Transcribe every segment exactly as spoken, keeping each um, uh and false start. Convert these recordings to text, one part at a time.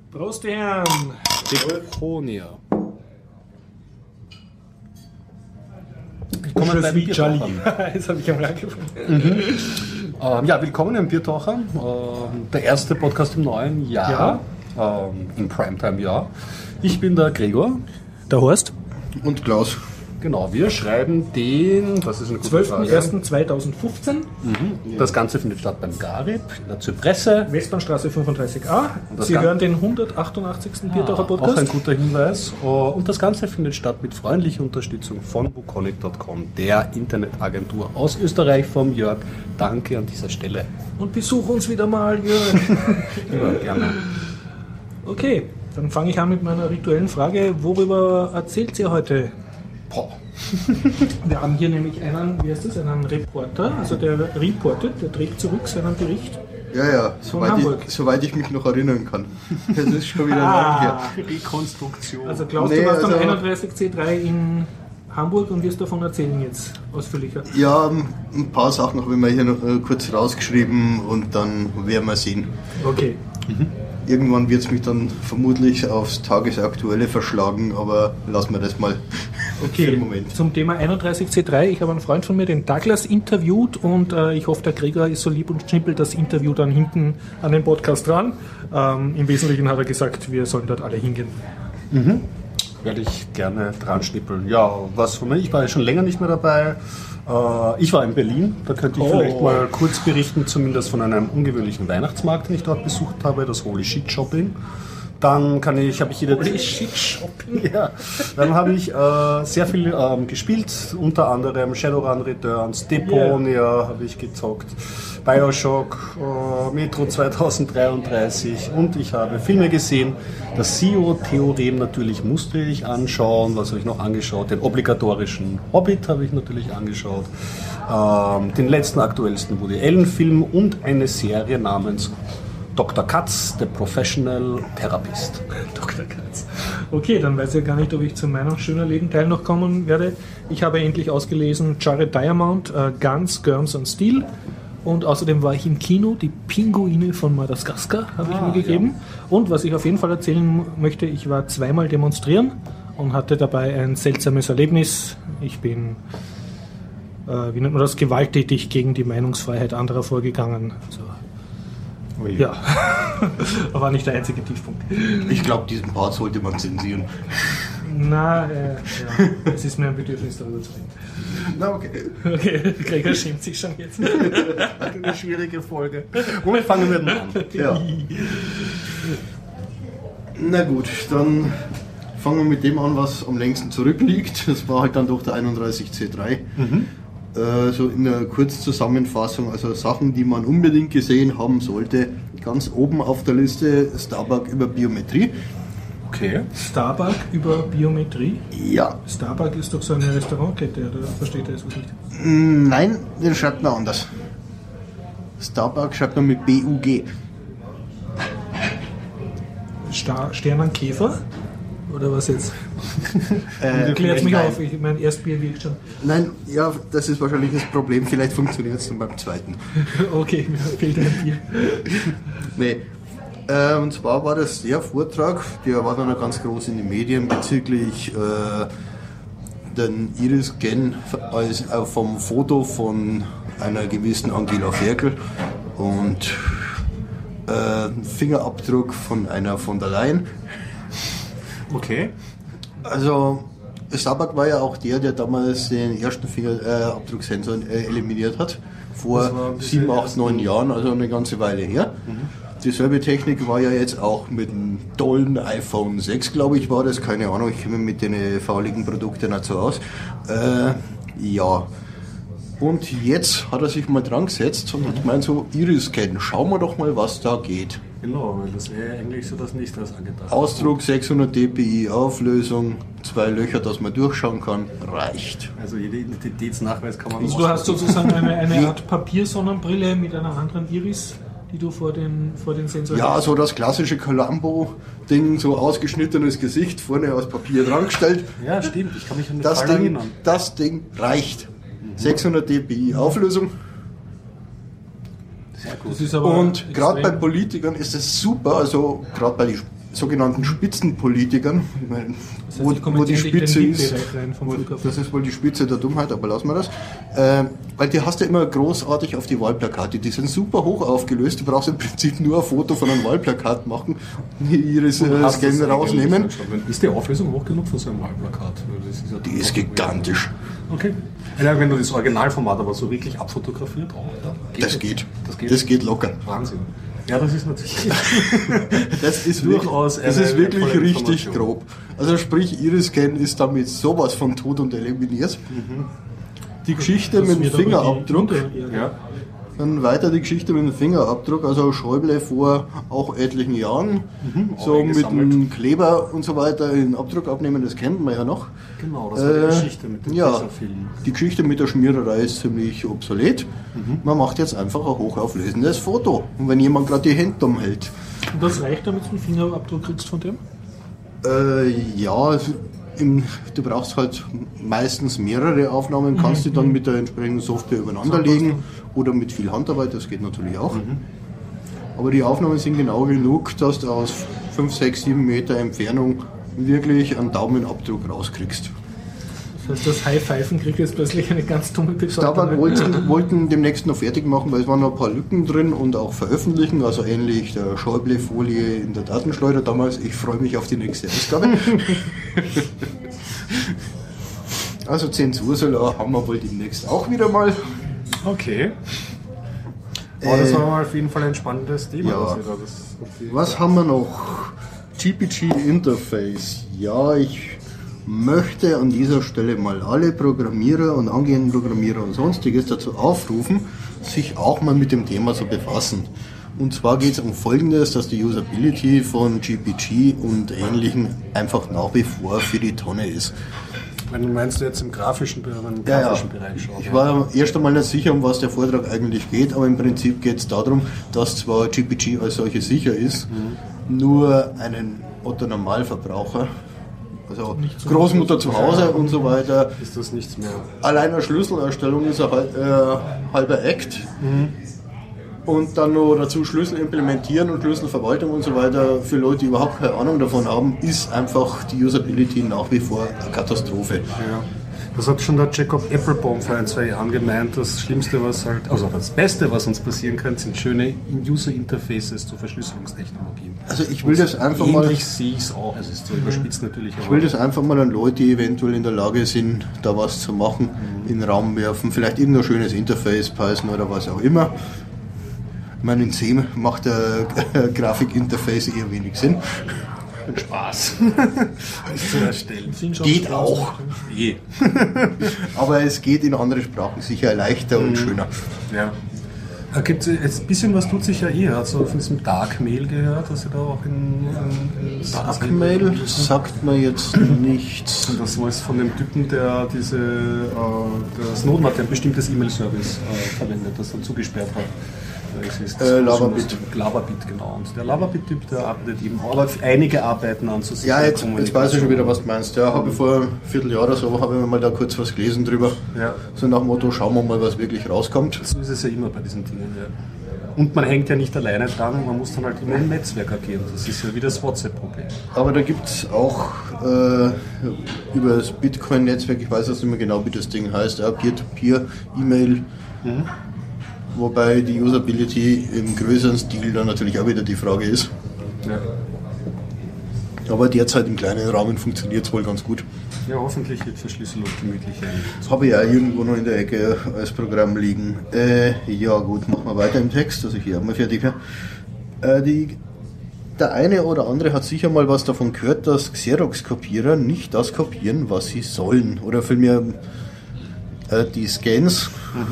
Prost, die Herren! Dekonia. Willkommen beim Biertauchern. Das habe ich am Rad gefunden. Mhm. Ähm, ja, willkommen im Biertauchern. Ähm, der erste Podcast im neuen Jahr, ja. ähm, im Primetime-Jahr. Ich bin der Gregor. Der Horst. Und Klaus. Genau, wir schreiben den was ist eine gute zwölften Frage? ersten zweitausendfünfzehn. Mhm. Das Ganze findet statt beim Garib, in der Zypresse. Westbahnstraße fünfunddreißig a. Sie Gan- hören den hundertachtundachtzigsten Ah, Biertaucher-Podcast. auch ein guter Hinweis. Oh, und das Ganze findet statt mit freundlicher Unterstützung von Buconic Punkt com, der Internetagentur aus Österreich, vom Jörg. Danke an dieser Stelle. Und besuch uns wieder mal, Jörg. Ja, gerne. Okay, dann fange ich an mit meiner rituellen Frage. Worüber erzählt ihr heute? Boah. Wir haben hier nämlich einen, wie heißt das, einen Reporter, also der reportet, der trägt zurück seinen Bericht. Ja, ja, soweit Hamburg. ich, soweit ich mich noch erinnern kann. Das ist schon wieder Ah. lang her. Rekonstruktion. Also Klaus, Nee, du warst also- am einunddreißig C drei in Hamburg und wirst davon erzählen jetzt ausführlicher. Ja, ein paar Sachen habe ich mir hier noch äh, kurz rausgeschrieben und dann werden wir sehen. Okay. Irgendwann wird es mich dann vermutlich aufs Tagesaktuelle verschlagen, aber lassen wir das mal für Okay, den Moment. zum Thema einunddreißig C drei. Ich habe einen Freund von mir, den Douglas, interviewt und äh, ich hoffe, der Gregor ist so lieb und schnippelt das Interview dann hinten an den Podcast dran. Ähm, Im Wesentlichen hat er gesagt, wir sollen dort alle hingehen. Mhm. Werde ich gerne dran schnippeln. Ja, was von mir, ich war ja schon länger nicht mehr dabei. Äh, ich war in Berlin, da könnte ich Oh. vielleicht mal kurz berichten, zumindest von einem ungewöhnlichen Weihnachtsmarkt, den ich dort besucht habe, das Holy Shit Shopping. Dann kann ich, habe ich jede Holy Shit Shopping? Ja, dann habe ich äh, sehr viel ähm, gespielt, unter anderem Shadowrun Returns, Deponia Yeah. habe ich gezockt, Bioshock, äh, Metro zweitausenddreiunddreißig und ich habe Filme gesehen. Das S E O-Theorem natürlich musste ich anschauen. Was habe ich noch angeschaut? Den obligatorischen Hobbit habe ich natürlich angeschaut. Ähm, den letzten aktuellsten Woody Allen-Film und eine Serie namens Doktor Katz, The Professional Therapist. Doktor Katz. Okay, dann weiß ich gar nicht, ob ich zu meinem schönen Leben-Teil noch kommen werde. Ich habe endlich ausgelesen Jared Diamond, äh, Guns, Germs and Steel. Und außerdem war ich im Kino, die Pinguine von Madagaskar habe ich Ah, mir gegeben. Und was ich auf jeden Fall erzählen möchte, ich war zweimal demonstrieren und hatte dabei ein seltsames Erlebnis. Ich bin, äh, wie nennt man das, gewalttätig gegen die Meinungsfreiheit anderer vorgegangen. Also, Ui. ja, aber war nicht der einzige Tiefpunkt. Ich glaube, diesen Part sollte man zensieren. Na, äh, ja, es ist mir ein Bedürfnis, darüber zu reden. Na, okay. Okay, Gregor schämt sich schon jetzt. Eine schwierige Folge. Womit fangen wir denn an? Ja. Na gut, dann fangen wir mit dem an, was am längsten zurückliegt. Das war halt dann doch der einunddreißig C drei. Mhm. Äh, so in der Kurzzusammenfassung, also Sachen, die man unbedingt gesehen haben sollte. Ganz oben auf der Liste Starbuck über Biometrie. Okay. Starbuck über Biometrie. Ja. Starbuck ist doch so eine Restaurantkette, oder versteht er das was nicht? Mm, Nein, den schreibt man anders. Starbuck schreibt man mit B U G. Star Sternenkäfer? Oder was jetzt? Äh, Klärt mich nein. auf, ich, mein Erstbier wirkt schon. Nein, ja, das ist wahrscheinlich das Problem. Vielleicht funktioniert es dann beim zweiten. Okay, mir fehlt ein Bier. Nee. Äh, und zwar war das der Vortrag, der war dann auch ganz groß in den Medien bezüglich äh, den Iris-Scan als, äh, vom Foto von einer gewissen Angela Merkel und äh, Fingerabdruck von einer von der Leyen. Okay. Also Starbuck war ja auch der, der damals den ersten Fingerabdrucksensor äh, eliminiert hat. Das Vor war ein bisschen sieben, acht, erst- neun Jahren, also eine ganze Weile her. Dieselbe Technik war ja jetzt auch mit dem tollen iPhone sechs, glaube ich, war das. Keine Ahnung, ich kenne mich mit den fauligen Produkten nicht so aus. Äh, ja. Und jetzt hat er sich mal dran gesetzt und hat gemeint so, Iris-Scan, schauen wir doch mal, was da geht. Genau, weil das wäre eigentlich so das nächste, was angedacht Ausdruck sechshundert dpi, Auflösung, zwei Löcher, dass man durchschauen kann, reicht. Also jeder Identitätsnachweis kann man Also du hast sozusagen eine, eine Art Papiersonnenbrille mit einer anderen Iris, die du vor den, vor den Sensor Ja, hast. so das klassische Columbo-Ding, so ausgeschnittenes Gesicht, vorne aus Papier dran gestellt. Ja, stimmt, ich kann mich an den Das Fall Ding, erinnern. das Ding reicht. sechshundert dpi Auflösung. Sehr gut. Das ist aber Und gerade bei extrem. Politikern ist es super, also gerade bei den sogenannten Spitzenpolitikern, ich meine, Das heißt, wo, ich komme wo jetzt die endlich Spitze in den ist, V I P-Bereich rein vom wo, Flughafen. das ist wohl die Spitze der Dummheit, aber lassen wir das. Äh, weil die hast du immer großartig auf die Wahlplakate, die sind super hoch aufgelöst, du brauchst im Prinzip nur ein Foto von einem Wahlplakat machen, ihres äh, Scan rausnehmen. Ist die Auflösung hoch genug für so ein Wahlplakat? Das ist ja Die ist gigantisch. Okay. Ja, wenn du das Originalformat aber so wirklich abfotografiert auch, dann geht Das geht. Das geht. Das geht locker. Wahnsinn. Ja, das ist natürlich Das ist durchaus wirklich, das eine ist wirklich wertvolle richtig Information. grob. Also sprich, Iris-Scan ist damit sowas von tot und eliminiert. Die Geschichte Das mit dem wird aber die Fingerabdruck, Unter- Ja. dann weiter die Geschichte mit dem Fingerabdruck, also Schäuble vor auch etlichen Jahren, auch so mit eingesammelt. dem Kleber und so weiter den Abdruck abnehmen, das kennt man ja noch. Genau, das war die Äh, Geschichte mit dem ja, Tesafilm. die Geschichte mit der Schmiererei ist ziemlich obsolet. Man macht jetzt einfach ein hochauflösendes Foto. Und wenn jemand gerade die Hände umhält, Und das reicht, damit du einen Fingerabdruck kriegst von dem? Äh, ja, es- im, du brauchst halt meistens mehrere Aufnahmen, kannst die dann mit der entsprechenden Software übereinander legen oder mit viel Handarbeit, das geht natürlich auch. Aber die Aufnahmen sind genau genug, dass du aus fünf, sechs, sieben Meter Entfernung wirklich einen Daumenabdruck rauskriegst. Das heißt, das High-Pfeifen kriegt jetzt plötzlich eine ganz dumme Starbuck Bedeutung. wollten, wollten demnächst noch fertig machen, weil es waren noch ein paar Lücken drin und auch veröffentlichen, also ähnlich der Schäuble-Folie in der Datenschleuder damals. Ich freue mich auf die nächste Ausgabe. Also Zensursolar haben wir wohl demnächst auch wieder mal. Okay. Aber das Äh, war mal auf jeden Fall ein spannendes Thema. ja. was ihr da das, Was haben wir noch? G P G Interface. Ja, ich möchte an dieser Stelle mal alle Programmierer und angehenden Programmierer und sonstiges dazu aufrufen, sich auch mal mit dem Thema zu befassen. Und zwar geht es um Folgendes, dass die Usability von G P G und Ähnlichem einfach nach wie vor für die Tonne ist. Wenn meinst du jetzt im grafischen, im Ja, ja. grafischen Bereich schauen? Ich war erst einmal nicht sicher, um was der Vortrag eigentlich geht, aber im Prinzip geht es darum, dass zwar G P G als solche sicher ist, nur einen Otto-Normalverbraucher, also so Großmutter zu Hause und so weiter, Ist das nichts mehr? allein eine Schlüsselerstellung ist ein hal- äh, halber Act. Und dann noch dazu Schlüssel implementieren und Schlüsselverwaltung und so weiter für Leute, die überhaupt keine Ahnung davon haben, ist einfach die Usability nach wie vor eine Katastrophe. Ja. Das hat schon der Jacob Applebaum vor ein, zwei Jahren gemeint. Das Schlimmste, was halt, also das Beste, was uns passieren kann, sind schöne User-Interfaces zu Verschlüsselungstechnologien. Also ich will das einfach mal, Ähnlich sehe ich es auch. Also es ist so überspitzt natürlich. ich will das einfach mal an Leute, die eventuell in der Lage sind, da was zu machen, in den Raum werfen. Vielleicht irgendein schönes Interface, Python oder was auch immer. Ich meine, in C macht der Grafikinterface eher wenig Sinn. Spaß. das zu erstellen. Sind schon Geht Spaß auch. gemacht, Je. Aber es geht in andere Sprachen sicher leichter und schöner. Ja. Da gibt's jetzt ein bisschen was tut sich ja eh. Hast du von diesem Darkmail gehört, dass ihr da auch in, in, in Darkmail sagt mir jetzt nichts. Und das war es von dem Typen, der diese äh, der Snowden hat, der ein bestimmtes E-Mail-Service äh, verwendet, das dann zugesperrt hat. Das ist Äh, Lavabit. Lavabit, genau. Und der Lavabit-Typ, der arbeitet eben auch, aber für einige Arbeiten an zu Ja, jetzt, jetzt weiß ich schon wieder, was du meinst. Ja, habe ich vor einem Vierteljahr oder so, habe ich mir mal da kurz was gelesen drüber. Ja. So nach dem Motto, schauen wir mal, was wirklich rauskommt. So ist es ja immer bei diesen Dingen. Ja. Und man hängt ja nicht alleine dran, man muss dann halt immer im Netzwerk agieren. Das ist ja wie das WhatsApp-Problem. Aber da gibt es auch äh, über das Bitcoin-Netzwerk, ich weiß jetzt nicht mehr genau, wie das Ding heißt, ja, Peer-to-Peer-E-Mail. Wobei die Usability im größeren Stil dann natürlich auch wieder die Frage ist. Ja. Aber derzeit im kleinen Rahmen funktioniert es wohl ganz gut. Ja, hoffentlich wird Verschlüsselung gemütlich ein. Das habe ich ja irgendwo noch in der Ecke als Programm liegen. Äh, ja gut, machen wir weiter im Text, also hier haben wir fertig. Ja. Äh, die, der eine oder andere hat sicher mal was davon gehört, dass Xerox-Kopierer nicht das kopieren, was sie sollen. Oder vielmehr äh, die Scans.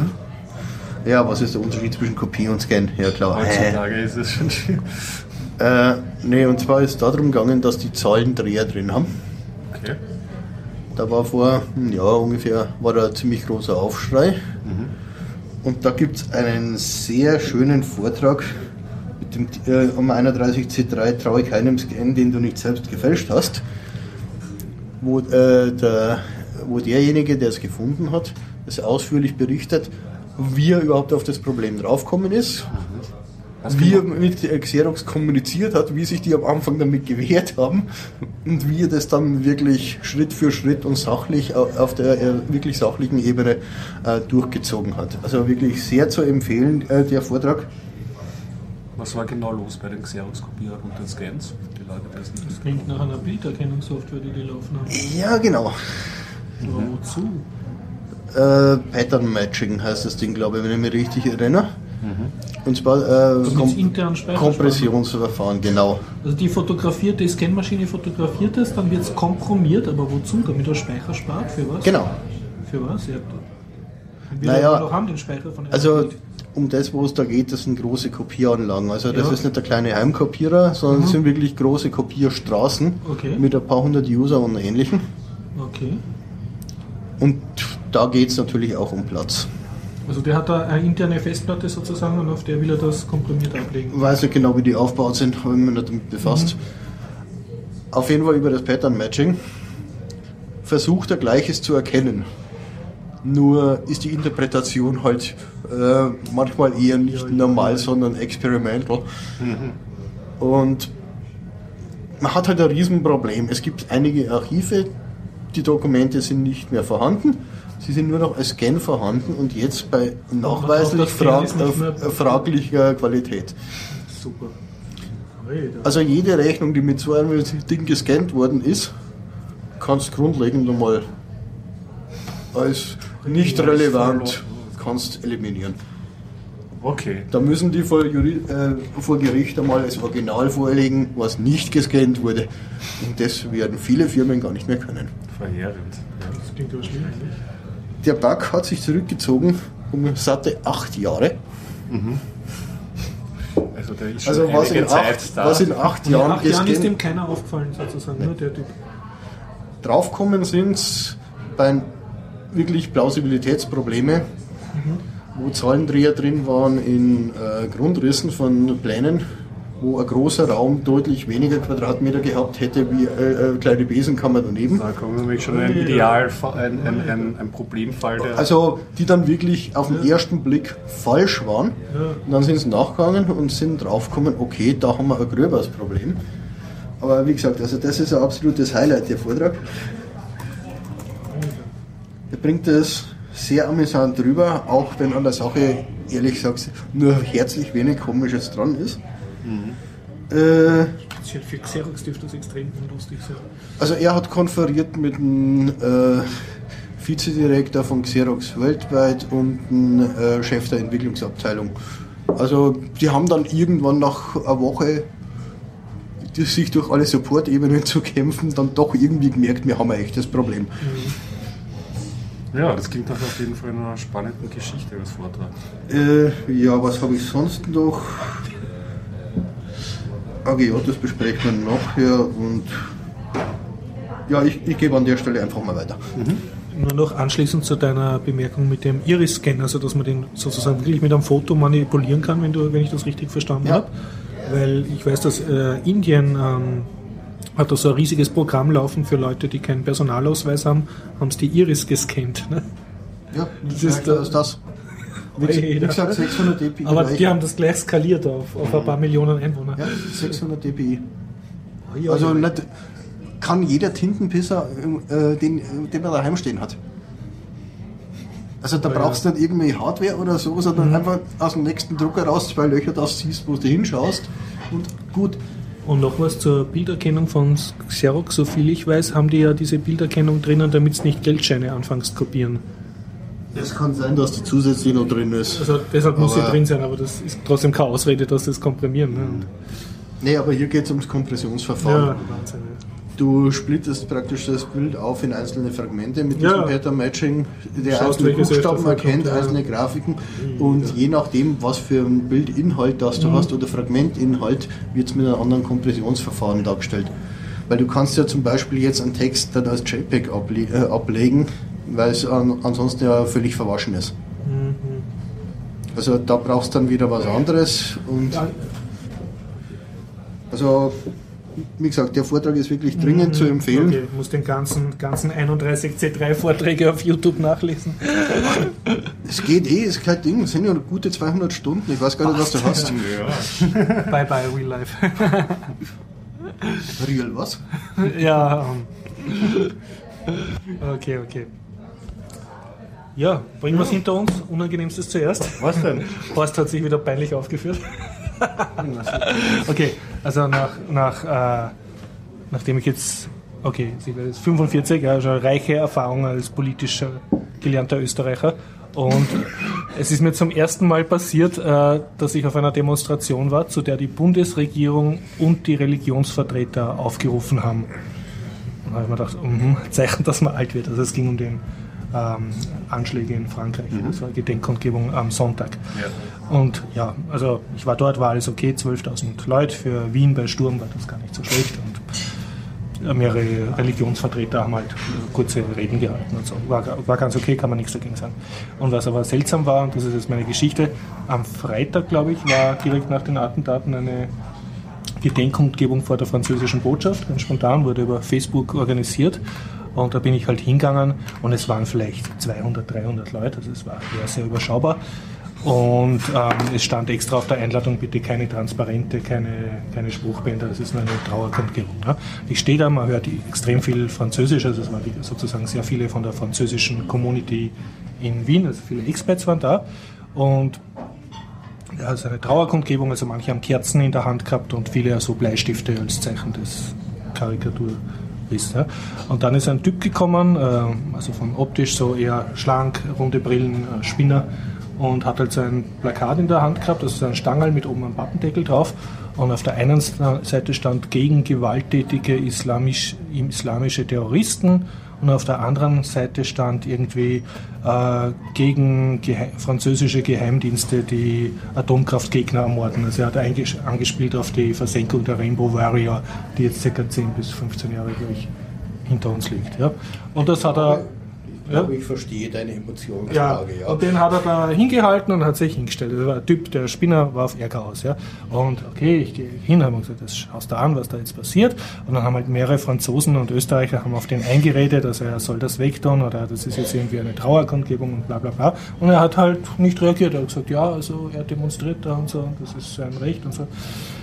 Ja, was ist der Unterschied zwischen Kopie und Scan? Ja klar. Heutzutage ist es schon schwierig. Äh, nee, und zwar ist es darum gegangen, dass die Zahlendreher drin haben. Okay. Da war vor, ja, ungefähr, war da ein ziemlich großer Aufschrei. Und da gibt es einen sehr schönen Vortrag mit dem äh, um einunddreißig C drei traue keinem Scan, den du nicht selbst gefälscht hast. Wo, äh, der, wo derjenige, der es gefunden hat, es ausführlich berichtet, wie er überhaupt auf das Problem draufgekommen ist. wie er mit Xerox kommuniziert hat, wie sich die am Anfang damit gewehrt haben und wie er das dann wirklich Schritt für Schritt und sachlich auf der äh, wirklich sachlichen Ebene äh, durchgezogen hat. Also wirklich sehr zu empfehlen, äh, der Vortrag. Was war genau los bei den Xerox-Kopierern und den Scans? Die Leute das nicht. Das klingt nach einer Bilderkennungssoftware, die die laufen haben. Ja, genau. Aber wozu? Äh, Pattern Matching heißt das Ding, glaube ich, wenn ich mich richtig erinnere. Mhm. Und zwar äh, Kom- internen Kompressionsverfahren, genau. Also die fotografiert, die Scanmaschine fotografiert es, dann wird es komprimiert, aber wozu? Damit er Speicher spart? Für was? Genau. Für was? Ja, wir naja, noch haben den Speicher von also Bild. Um das, wo es da geht, das sind große Kopieranlagen. Also das ja. ist nicht der kleine Heimkopierer, sondern es mhm. sind wirklich große Kopierstraßen okay. mit ein paar hundert User und Ähnlichem. Okay. Und da geht es natürlich auch um Platz. Also der hat da eine interne Festplatte sozusagen und auf der will er das komprimiert ablegen. Ich weiß nicht genau, wie die aufgebaut sind, habe ich mich nicht damit befasst. Mhm. Auf jeden Fall über das Pattern Matching versucht er Gleiches zu erkennen. Nur ist die Interpretation halt äh, manchmal eher nicht ja, normal, ja. sondern experimental. Mhm. Und man hat halt ein Riesenproblem. Es gibt einige Archive, die Dokumente sind nicht mehr vorhanden. Sie sind nur noch als Scan vorhanden und jetzt bei nachweislich frag, äh, fraglicher Qualität. Super. Also jede Rechnung, die mit so einem Ding gescannt worden ist, kannst grundlegend einmal als nicht relevant kannst eliminieren. Okay. Da müssen die vor, Juri, äh, vor Gericht einmal das Original vorlegen, was nicht gescannt wurde. Und das werden viele Firmen gar nicht mehr können. Verheerend. Ja. Das klingt aber schlimm eigentlich. Der Bug hat sich zurückgezogen um satte acht Jahre. Mhm. Also, der ist schon also was, in Zeit acht, da. was in acht in Jahren acht Jahren ist dem keiner aufgefallen, sozusagen, nee. nur der Typ. Draufkommen sind bei wirklich Plausibilitätsprobleme, mhm. wo Zahlendreher drin waren in äh, Grundrissen von Plänen, wo ein großer Raum deutlich weniger Quadratmeter gehabt hätte wie äh, eine kleine Besenkammer daneben. Da kommen nämlich schon ein Ideal, ein, ein, ein, ein Problemfall. Der also die dann wirklich auf den ja. ersten Blick falsch waren. Ja. Und dann sind sie nachgegangen und sind draufgekommen, okay, da haben wir ein gröberes Problem. Aber wie gesagt, also das ist ein absolutes Highlight, der Vortrag. Er bringt es sehr amüsant drüber, auch wenn an der Sache, ehrlich gesagt, nur herzlich wenig Komisches dran ist. Mhm. Äh, Für Xerox dürfte das extrem lustig sein. Also er hat konferiert mit dem äh, Vizedirektor von Xerox weltweit und dem äh, Chef der Entwicklungsabteilung. Also die haben dann irgendwann nach einer Woche, die sich durch alle Support-Ebenen zu kämpfen, dann doch irgendwie gemerkt, wir haben ein echtes Problem. Mhm. Ja, das klingt doch auf jeden Fall einer spannenden Geschichte als Vortrag. Äh, ja, was habe ich sonst noch? Okay, ja, das besprechen wir nachher und ja, ich, ich gebe an der Stelle einfach mal weiter. Mhm. Nur noch anschließend zu deiner Bemerkung mit dem Iris-Scan, also dass man den sozusagen wirklich mit einem Foto manipulieren kann, wenn, du, wenn ich das richtig verstanden ja. habe. Weil ich weiß, dass äh, Indien ähm, hat da so ein riesiges Programm laufen für Leute, die keinen Personalausweis haben, haben sie die Iris gescannt. Ne? Ja, das ist das. das. Wie, wie gesagt, sechshundert dpi. Aber die haben das gleich skaliert auf, auf ein paar Millionen Einwohner. Ja, sechshundert dpi. Also nicht, kann jeder Tintenpisser, äh, den, den man daheim stehen hat. Also da brauchst du nicht irgendwie Hardware oder so, sondern mhm. einfach aus dem nächsten Drucker raus zwei Löcher, das siehst, wo du hinschaust und gut. Und noch was zur Bilderkennung von Xerox, so viel ich weiß, haben die ja diese Bilderkennung drinnen, damit es nicht Geldscheine anfangs kopieren. Es kann sein, dass die zusätzlich noch drin ist. Also deshalb muss sie drin sein, aber das ist trotzdem keine Ausrede, dass das komprimieren. Ne? Nee, aber hier geht es ums Kompressionsverfahren. Ja, Wahnsinn, ja. Du splittest praktisch das Bild auf in einzelne Fragmente mit diesem ja. Pattern Matching, der Schaust, einzelne Buchstaben erkennt, kommt, ja. einzelne Grafiken und je nachdem, was für ein Bildinhalt das du mhm. hast oder Fragmentinhalt, wird es mit einem anderen Kompressionsverfahren dargestellt. Weil du kannst ja zum Beispiel jetzt einen Text dann als JPEG able- äh, ablegen, weil es an, ansonsten ja völlig verwaschen ist. Mhm. Also da brauchst du dann wieder was anderes und also wie gesagt, der Vortrag ist wirklich dringend mhm. zu empfehlen. Okay, ich muss den ganzen, ganzen einunddreißig C drei Vorträge auf YouTube nachlesen. Es geht eh, ist kein Ding, es sind ja gute zweihundert Stunden, ich weiß gar nicht, was du hast. Ja. Bye bye, Real Life. Real was? Ja, um. okay, okay. Ja, bringen wir es hinter uns. Unangenehmstes zuerst. Was denn? Horst hat sich wieder peinlich aufgeführt. Okay, also nach, nach äh, nachdem ich jetzt, okay, ich werde jetzt fünfundvierzig, ja, schon reiche Erfahrung als politischer gelernter Österreicher. Und es ist mir zum ersten Mal passiert, äh, dass ich auf einer Demonstration war, zu der die Bundesregierung und die Religionsvertreter aufgerufen haben. Und da habe ich mir gedacht, um, Zeichen, dass man alt wird. Also es ging um den ähm, Anschläge in Frankreich, mhm. Das war eine Gedenkkundgebung am Sonntag. Ja. Und ja, also ich war dort, war alles okay, zwölftausend Leute. Für Wien bei Sturm war das gar nicht so schlecht. Und mehrere Religionsvertreter haben halt kurze Reden gehalten und so. War, war ganz okay, kann man nichts dagegen sagen. Und was aber seltsam war, und das ist jetzt meine Geschichte, am Freitag, glaube ich, war direkt nach den Attentaten eine Gedenkkundgebung vor der französischen Botschaft, ganz spontan, wurde über Facebook organisiert. Und da bin ich halt hingegangen und es waren vielleicht zweihundert, dreihundert Leute, also es war sehr, sehr überschaubar. Und ähm, es stand extra auf der Einladung, bitte keine Transparente, keine, keine Spruchbänder, das ist nur eine Trauerkundgebung. Ne? Ich stehe da, man hört extrem viel Französisch, also es waren sozusagen sehr viele von der französischen Community in Wien, also viele Expats waren da. Und ja, es ist eine Trauerkundgebung, also manche haben Kerzen in der Hand gehabt und viele so Bleistifte als Zeichen des Karikatur. Ist, ja. Und dann ist ein Typ gekommen, äh, also von optisch so eher schlank, runde Brillen, äh, Spinner, und hat halt so ein Plakat in der Hand gehabt, also so ein Stangerl mit oben einem Pappendeckel drauf, und auf der einen Seite stand gegen gewalttätige islamisch, islamische Terroristen und auf der anderen Seite stand irgendwie äh, gegen geheim, französische Geheimdienste, die Atomkraftgegner ermorden. Also er hat einges- angespielt auf die Versenkung der Rainbow Warrior, die jetzt ca. zehn bis fünfzehn Jahre, glaube ich, hinter uns liegt. Ja. Und das hat er... Ich glaube, ja. Ich verstehe deine Emotionen. Ja, ja, und den hat er da hingehalten und hat sich hingestellt. Das war ein Typ, der Spinner war auf Ärger aus. Ja. Und okay, ich gehe hin, habe gesagt, das schaust du an, was da jetzt passiert. Und dann haben halt mehrere Franzosen und Österreicher haben auf den eingeredet, also er soll das wegtun oder das ist jetzt irgendwie eine Trauerkundgebung und bla bla bla. Und er hat halt nicht reagiert. Er hat gesagt, ja, also er demonstriert da und so, und das ist sein Recht und so.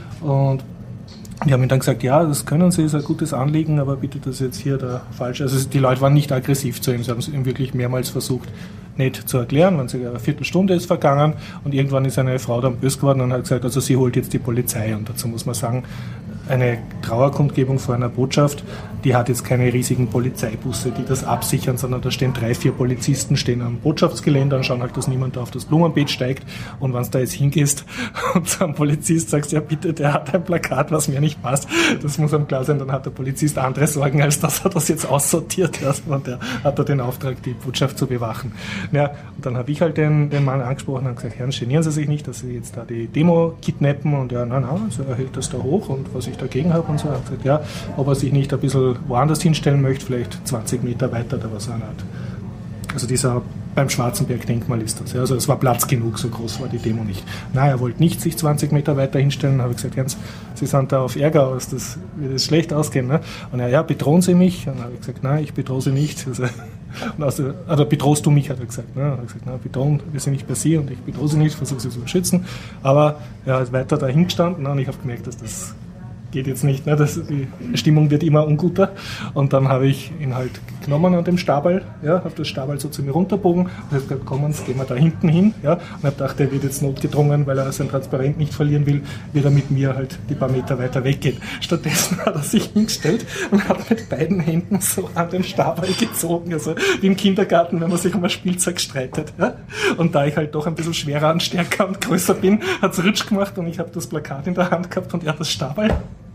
Und die haben ihm dann gesagt, ja, das können Sie, ist ein gutes Anliegen, aber bitte das jetzt hier da falsch. Also die Leute waren nicht aggressiv zu ihm, sie haben es ihm wirklich mehrmals versucht, nicht zu erklären. Wenn sie eine Viertelstunde ist vergangen und irgendwann ist eine Frau dann böse geworden und hat gesagt, also sie holt jetzt die Polizei. Und dazu muss man sagen, eine Trauerkundgebung vor einer Botschaft, die hat jetzt keine riesigen Polizeibusse, die das absichern, sondern da stehen drei, vier Polizisten, stehen am Botschaftsgelände und schauen halt, dass niemand da auf das Blumenbeet steigt. Und wenn du da jetzt hingehst und zu einem Polizist sagst, ja bitte, der hat ein Plakat, was mir nicht passt, das muss ihm klar sein, dann hat der Polizist andere Sorgen, als dass er das jetzt aussortiert. Und der hat da den Auftrag, die Botschaft zu bewachen. Ja, und dann habe ich halt den, den Mann angesprochen und gesagt, Herren, genieren Sie sich nicht, dass Sie jetzt da die Demo kidnappen. Und ja, nein, nein, also er hält das da hoch und was ich dagegen habe und so. Er hat gesagt, ja, ob er sich nicht ein bisschen woanders hinstellen möchte, vielleicht zwanzig Meter weiter, da war so eine Art. Also dieser beim Schwarzenberg-Denkmal ist das. Ja. Also es war Platz genug, so groß war die Demo nicht. Nein, er wollte nicht sich zwanzig Meter weiter hinstellen. Da habe ich gesagt, Jens, Sie sind da auf Ärger aus, das wird es schlecht ausgehen. Ne? Und er, ja, bedrohen Sie mich? Und dann habe ich gesagt, nein, ich bedrohe Sie nicht. Also, und also, oder bedrohst du mich, hat er gesagt. Ne? Und dann habe ich gesagt, nein, bedrohen wir sind nicht bei Sie und ich bedrohe Sie nicht, versuche Sie zu beschützen. Aber er ist weiter dahin gestanden und ich habe gemerkt, dass das geht jetzt nicht, ne? Das, die Stimmung wird immer unguter. Und dann habe ich ihn halt genommen an dem Stabal, ja, habe das Stabal so zu mir runterbogen und habe gesagt, komm, jetzt gehen wir da hinten hin. Ja? Und habe gedacht, er wird jetzt notgedrungen, weil er sein Transparent nicht verlieren will, wird er mit mir halt die paar Meter weiter weggehen. Stattdessen hat er sich hingestellt und hat mit beiden Händen so an den Stabal gezogen, also wie im Kindergarten, wenn man sich um ein Spielzeug streitet. Ja? Und da ich halt doch ein bisschen schwerer und stärker und größer bin, hat es Rutsch gemacht und ich habe das Plakat in der Hand gehabt und er das Stabal.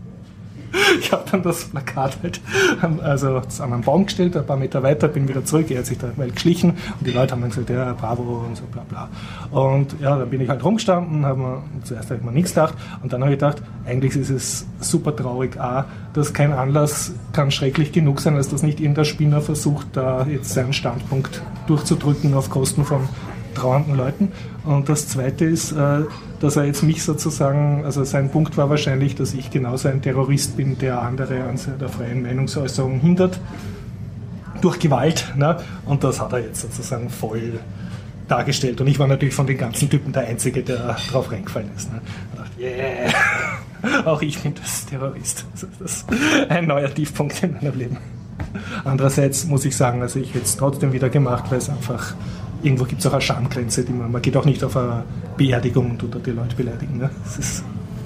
Ich habe dann das Plakat halt also an einen Baum gestellt, ein paar Meter weiter, bin wieder zurück, er hat sich da mal geschlichen und die Leute haben dann gesagt, ja, bravo und so bla bla. Und ja, dann bin ich halt rumgestanden, hab mir, zuerst habe ich mir nichts gedacht und dann habe ich gedacht, eigentlich ist es super traurig, A, dass kein Anlass kann schrecklich genug sein, als dass nicht irgendein Spinner versucht, da jetzt seinen Standpunkt durchzudrücken auf Kosten von trauernden Leuten. Und das Zweite ist, äh, dass er jetzt mich sozusagen, also sein Punkt war wahrscheinlich, dass ich genauso ein Terrorist bin, der andere an der freien Meinungsäußerung hindert, durch Gewalt. Ne? Und das hat er jetzt sozusagen voll dargestellt. Und ich war natürlich von den ganzen Typen der Einzige, der drauf reingefallen ist. Ne? Ich dachte, yeah, auch ich bin das Terrorist. Das ist ein neuer Tiefpunkt in meinem Leben. Andererseits muss ich sagen, also ich hätte es trotzdem wieder gemacht, weil es einfach, irgendwo gibt es auch eine Schamgrenze, die man, man geht auch nicht auf eine Beerdigung und tut dort die Leute beleidigen. Ne? Das ist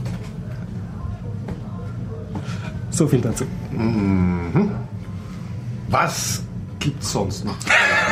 so viel dazu. Mhm. Was gibt's sonst noch?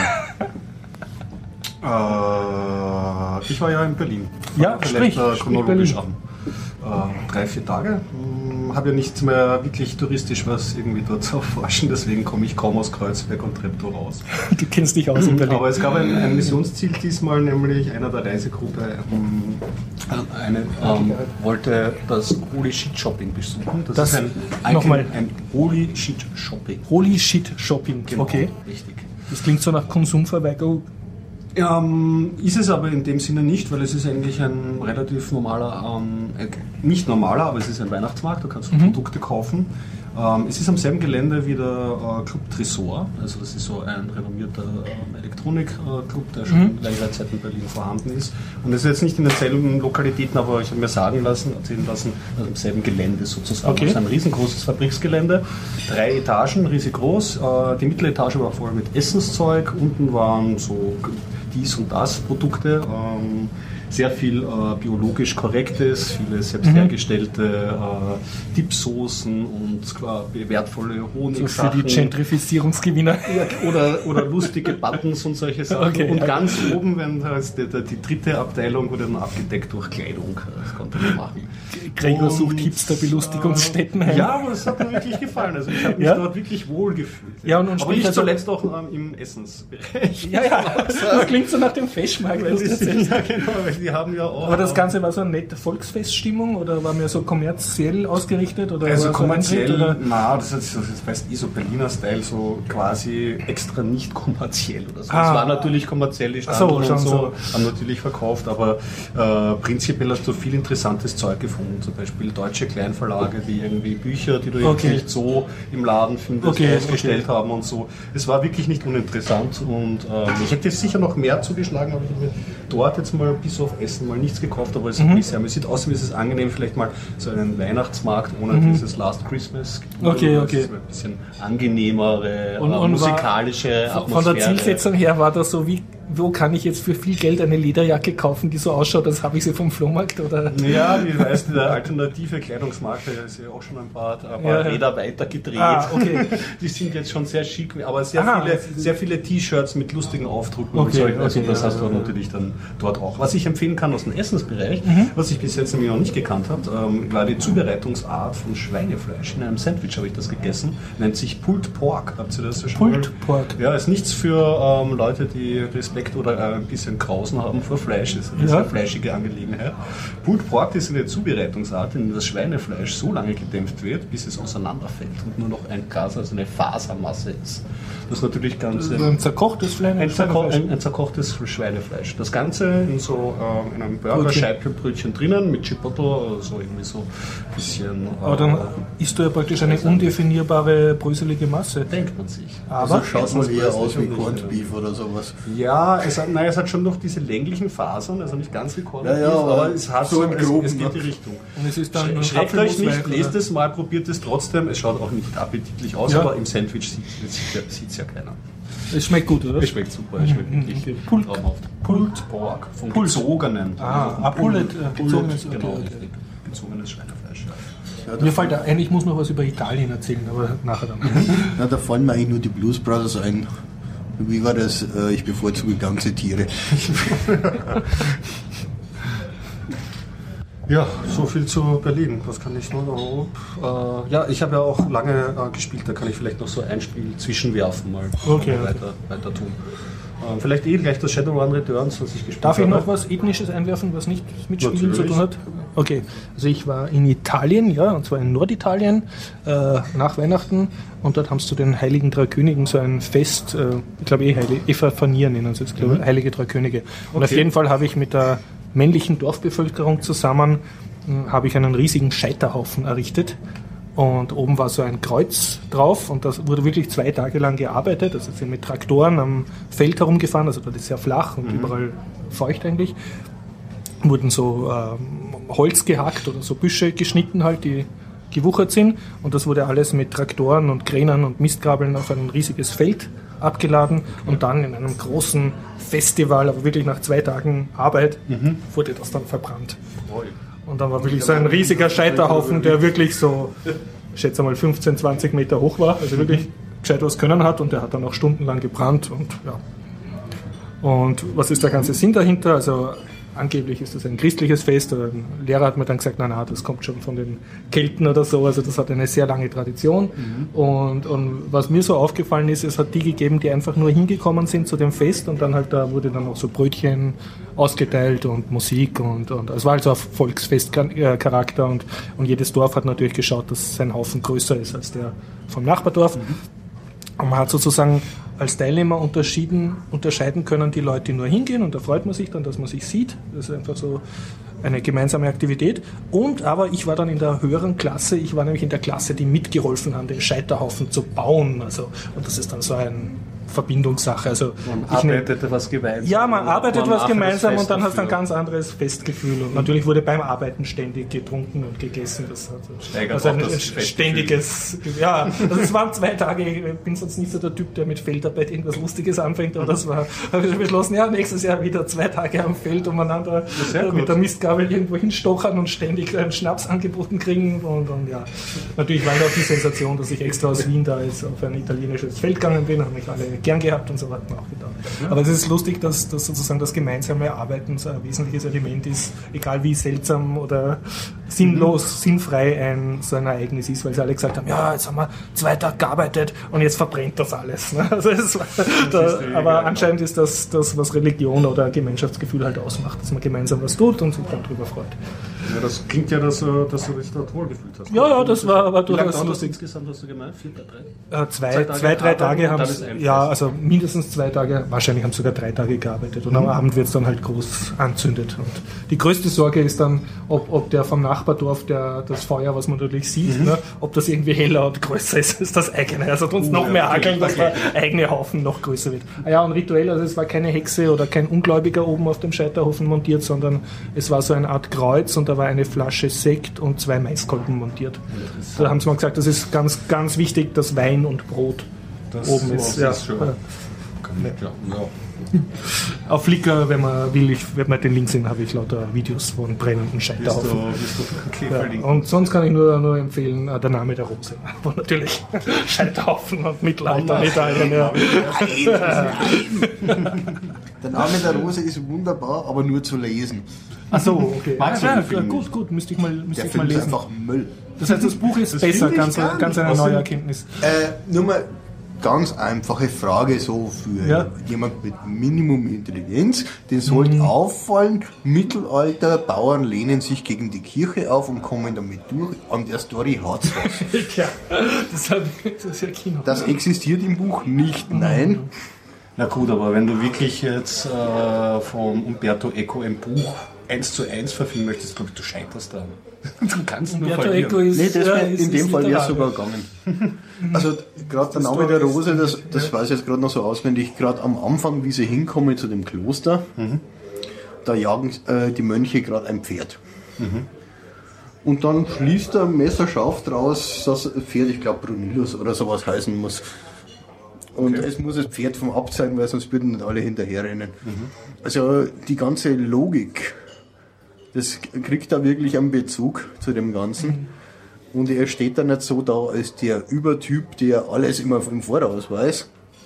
äh, ich war ja in Berlin. Ja, vielleicht sprich, äh, sprich chronologisch Berlin. an. Äh, drei, vier Tage. Hm, habe ja nichts mehr wirklich touristisch was irgendwie dort zu erforschen, deswegen komme ich kaum aus Kreuzberg und Treptow raus. Du kennst dich aus in Berlin. Aber es gab ein, ein Missionsziel diesmal, nämlich einer der Reisegruppe ähm, eine, ähm, wollte das Holy Shit Shopping besuchen. Das, Das ist ein, ein, nochmal. ein Holy Shit Shopping. Holy Shit Shopping, Genau, okay. richtig. Das klingt so nach Konsumverweigerung. Ähm, ist es aber in dem Sinne nicht, weil es ist eigentlich ein relativ normaler, ähm, äh, nicht normaler, aber es ist ein Weihnachtsmarkt, da kannst du Mhm. Produkte kaufen. Ähm, es ist am selben Gelände wie der äh, Club Tresor, also das ist so ein renommierter ähm, Elektronik-Club, der schon Mhm. längere Zeit in Berlin vorhanden ist. Und es ist jetzt nicht in denselben Lokalitäten, aber ich habe mir sagen lassen, erzählen lassen, also am selben Gelände sozusagen. Okay. Es ist ein riesengroßes Fabriksgelände, drei Etagen, riesig groß. Äh, die mittlere Etage war voll mit Essenszeug, unten waren so dies und das Produkte, ähm, sehr viel äh, biologisch Korrektes, viele selbst Mhm. hergestellte äh, Dipsoßen und äh, wertvolle So für Honigsachen. die Gentrifizierungsgewinner. Ja, oder, oder lustige Buttons und solche Sachen. Okay, und ja. ganz oben, wenn das, die, die, die dritte Abteilung wurde dann abgedeckt durch Kleidung. Das konnte man machen. Gregor Und, sucht Hipster-Belustigungsstätten ein. Ja, aber es hat mir wirklich gefallen. Also ich habe mich Ja? dort wirklich wohl gefühlt. Ja, und- und aber sprich nicht also- zuletzt auch ähm, im Essensbereich. Ja, ja, das klingt so nach dem Feschmarkt, was du erzählst. Ja, genau, weil die haben ja auch. Aber das Ganze war so eine nette Volksfeststimmung oder war mehr so kommerziell ausgerichtet? Oder Also war so kommerziell, ein Eintritt, oder? na, das ist, das ist weißt, eh so Berliner Style, so quasi extra nicht kommerziell oder so. Ah. Es war natürlich kommerziell, die Ach so, Standen schon und so, so. haben natürlich verkauft, aber äh, prinzipiell hast du viel interessantes Zeug gefunden, zum Beispiel deutsche Kleinverlage, die irgendwie Bücher, die du jetzt Okay. nicht so im Laden findest, Okay, ausgestellt haben und so. Es war wirklich nicht uninteressant und ähm, ich hätte sicher noch mehr zugeschlagen, aber ich habe mir dort jetzt mal bis auf Essen mal nichts gekauft, aber es Mhm. hat mich sehr, mir sieht aus, wie es ist angenehm, vielleicht mal so einen Weihnachtsmarkt ohne dieses Last Christmas. Mhm. Okay, Das okay. ist ein bisschen angenehmere, Und- äh, und war- musikalische Von Atmosphäre. der Zielsetzung her war das so, wie, wo kann ich jetzt für viel Geld eine Lederjacke kaufen, die so ausschaut, als habe ich sie vom Flohmarkt? Oder? Ja, wie weißt du, der alternative Kleidungsmarkt, der ist ja auch schon ein paar, ein paar Ja, ja. Räder weiter gedreht. Ah, okay. Die sind jetzt schon sehr schick, aber sehr Aha. viele, sehr viele T-Shirts mit lustigen Aufdrucken und Okay, so. Also okay, das ja, hast du ja, natürlich dann dort auch. Was ich empfehlen kann aus dem Essensbereich, Mhm. was ich bis jetzt nämlich noch nicht gekannt habe, ähm, war die Zubereitungsart von Schweinefleisch. In einem Sandwich habe ich das gegessen. Nennt sich Pulled Pork. Habt ihr das ja schon Pulled mal? Pork. Ja, ist nichts für ähm, Leute, die Respekt oder äh, ein bisschen Grausen haben vor Fleisch. Das ist eine Ja. sehr fleischige Angelegenheit. Pulled Pork ist eine Zubereitungsart, in der das Schweinefleisch so lange gedämpft wird, bis es auseinanderfällt und nur noch ein Gas, also eine Fasermasse ist. Das ist natürlich ganz... So ein zerkochtes Fleisch? Ein, zerko ein, ein zerkochtes Schweinefleisch. Das Ganze in so ähm, in einem Burger, Okay. Scheibelbrötchen drinnen mit Chipotle, so irgendwie so ein bisschen. Äh, Aber dann isst du ja praktisch eine undefinierbare, bröselige Masse. denkt man sich. Aber Also schaut mal eher weiß aus ich wie nicht, Corned ja. Beef oder sowas. Ja, es hat, nein, es hat schon noch diese länglichen Fasern, also nicht ganz wie Corned Ja, ja, Beef, aber aber es hat so so, im es, Groben, es geht ne? die Richtung. und es ist dann Schre- Schreckt euch nicht, Apfelmuswein, lest oder? es mal, probiert es trotzdem. Es schaut auch nicht appetitlich aus, Ja. aber im Sandwich sieht es ja keiner. Es schmeckt gut, oder? Es schmeckt super, es schmeckt Mhm, wirklich okay. Pulled- traumhaft. Pulled Pork, vom Pulled. gezogenen. Ah, Also vom ah, Pulled, Pulled, äh, gezogenes, okay, genau, okay. richtig. Gezogenes Schweinefleisch, ja. Ja, Mir da, fällt ein, ich muss noch was über Italien erzählen, aber nachher dann. ja, da fallen mir eigentlich nur die Blues Brothers ein. Wie war das? Äh, Ich bevorzuge ganze Tiere. Ja, so viel zu Berlin. Was kann ich noch? Äh, ja, ich habe ja auch lange äh, gespielt, da kann ich vielleicht noch so ein Spiel zwischenwerfen mal. Okay, mal okay. weiter, weiter tun. Vielleicht eh gleich das Shadowrun Returns, was ich gespielt Darf ich habe. noch was Ethnisches einwerfen, was nicht mit Spielen zu Natürlich. tun hat? Okay, also ich war in Italien, ja, und zwar in Norditalien, äh, nach Weihnachten, und dort haben sie zu den Heiligen Drei Königen so ein Fest, äh, ich glaube eh Heilige, Epifania nennen sie es, glaube ich, Heilige Drei Könige. Und auf Okay. jeden Fall habe ich mit der männlichen Dorfbevölkerung zusammen, mh, habe ich einen riesigen Scheiterhaufen errichtet. Und oben war so ein Kreuz drauf und das wurde wirklich zwei Tage lang gearbeitet. Also sind mit Traktoren am Feld herumgefahren, also dort ist sehr flach und mhm. überall feucht eigentlich. Wurden so ähm, Holz gehackt oder so Büsche geschnitten halt, die gewuchert sind. Und das wurde alles mit Traktoren und Kränen und Mistgabeln auf ein riesiges Feld abgeladen und dann in einem großen Festival, aber wirklich nach zwei Tagen Arbeit, mhm. wurde das dann verbrannt. Und dann war wirklich so ein riesiger Scheiterhaufen, der wirklich so, ich schätze mal fünfzehn, zwanzig Meter hoch war, also wirklich gescheit was können hat, und der hat dann auch stundenlang gebrannt und ja. Und was ist der ganze Sinn dahinter? Also angeblich ist das ein christliches Fest, oder ein Lehrer hat mir dann gesagt, nein, nein, das kommt schon von den Kelten oder so, also das hat eine sehr lange Tradition. Mhm. Und, und was mir so aufgefallen ist, es hat die gegeben, die einfach nur hingekommen sind zu dem Fest, und dann halt da wurde dann auch so Brötchen ausgeteilt und Musik, und, und es war also auf Volksfestcharakter, und, und jedes Dorf hat natürlich geschaut, dass sein Haufen größer ist als der vom Nachbardorf. Mhm. Und man hat sozusagen als Teilnehmer unterschieden, unterscheiden können die Leute, die nur hingehen, und da freut man sich dann, dass man sich sieht. Das ist einfach so eine gemeinsame Aktivität. Und aber ich war dann in der höheren Klasse, ich war nämlich in der Klasse, die mitgeholfen haben, den Scheiterhaufen zu bauen. Also, und das ist dann so eine Verbindungssache. Also man ich arbeitet ne, was gemeinsam. Ja, man arbeitet man was gemeinsam, und dann hast du ein dafür. ganz anderes Festgefühl. Und natürlich wurde beim Arbeiten ständig getrunken und gegessen. Das hat Steigert also ein auch das ständiges, ja, also es waren zwei Tage, ich bin sonst nicht so der Typ, der mit Feldarbeit irgendwas Lustiges anfängt, aber das war, habe ich beschlossen, ja, nächstes Jahr wieder zwei Tage am Feld umeinander Ja, mit der Mistgabel irgendwo hinstochern und ständig einen Schnaps angeboten kriegen, und, und ja, natürlich war auch die Sensation, dass ich extra aus Wien da jetzt auf ein italienisches Feld gegangen bin, haben mich alle gern gehabt und so weiter auch getan. Aber es ist lustig, dass, dass sozusagen das gemeinsame Arbeiten so ein wesentliches Element ist, egal wie seltsam oder sinnlos, mhm. sinnfrei ein so ein Ereignis ist, weil sie alle gesagt haben, ja, jetzt haben wir zwei Tage gearbeitet und jetzt verbrennt das alles. Ne? Also es war, da, aber anscheinend ist das, das, was Religion oder Gemeinschaftsgefühl halt ausmacht, dass man gemeinsam was tut und sich dann darüber freut. Ja, das klingt ja, dass, dass du dich dort wohlgefühlt hast. Ja, ja, das war aber Wie lange durchaus dauert das lustig. insgesamt, hast du gemeint? Vier, drei? Äh, zwei, Zwei Tage zwei, drei Tage arbeiten und haben dann es, ist ein ja, Fest. also mindestens zwei Tage, wahrscheinlich haben sogar drei Tage gearbeitet, und am Abend wird es dann halt groß anzündet. Und die größte Sorge ist dann, ob, ob der vom Nachbardorf, der, das Feuer, was man natürlich sieht, mhm. ne, ob das irgendwie heller und größer ist als das eigene. Also uns uh, noch mehr okay, hakeln, dass okay. der eigene Haufen noch größer wird. Ah ja, und rituell, also es war keine Hexe oder kein Ungläubiger oben auf dem Scheiterhaufen montiert, sondern es war so eine Art Kreuz, und da war eine Flasche Sekt und zwei Maiskolben montiert. Da haben sie mal gesagt, das ist ganz, ganz wichtig, dass Wein und Brot das oben so ist. ist Ja. schon. Ja. Ja. Ja. Auf Flickr, wenn man will, ich werde mal den Link sehen, habe ich lauter Videos von brennenden Bist Scheiterhaufen. du, bist du okay, Ja, verlinkt. und sonst kann ich nur, nur empfehlen, äh, der Name der Rose. Wo natürlich Scheiterhaufen und Mittelalter in Italien. Ja. Der Name der Rose ist wunderbar, aber nur zu lesen. Achso, okay. Magst du ja, den ja, Film gut, nicht? gut, müsste ich mal, müsste Der ich mal Film ist lesen. einfach Müll. Das heißt, das Buch ist Das besser, finde ich ganz, gar ganz nicht. eine Was neue denn? Erkenntnis. Äh, nur mal ganz einfache Frage so für Ja. jemand mit Minimum Intelligenz. Den sollte Mhm. auffallen, Mittelalter, Bauern lehnen sich gegen die Kirche auf und kommen damit durch. An der Story hat's was. Ja, das, hab ich, das ist ja Kino. Das existiert im Buch nicht, nein. Na gut, aber wenn du wirklich jetzt äh, von Umberto Eco ein Buch eins zu eins verfilmen möchtest, glaube ich, du scheiterst da. Du kannst nur Umberto verlieren. Eco ist, Nee, das ja, wär, ist, in dem ist Fall wäre es literal. sogar gegangen. Also gerade der Name Story der ist- Rose, das, das weiß ich jetzt gerade noch so auswendig, gerade am Anfang, wie sie hinkommen zu dem Kloster, da jagen äh, die Mönche gerade ein Pferd. Und dann schließt er messerscharf draus, dass das Pferd, ich glaube Brunillus oder sowas heißen muss. Und es muss das Pferd vom Abt sein, weil sonst würden nicht alle hinterherrennen. Also die ganze Logik, das kriegt da wirklich einen Bezug zu dem Ganzen. Und er steht da nicht so da als der Übertyp, der alles immer im Voraus weiß,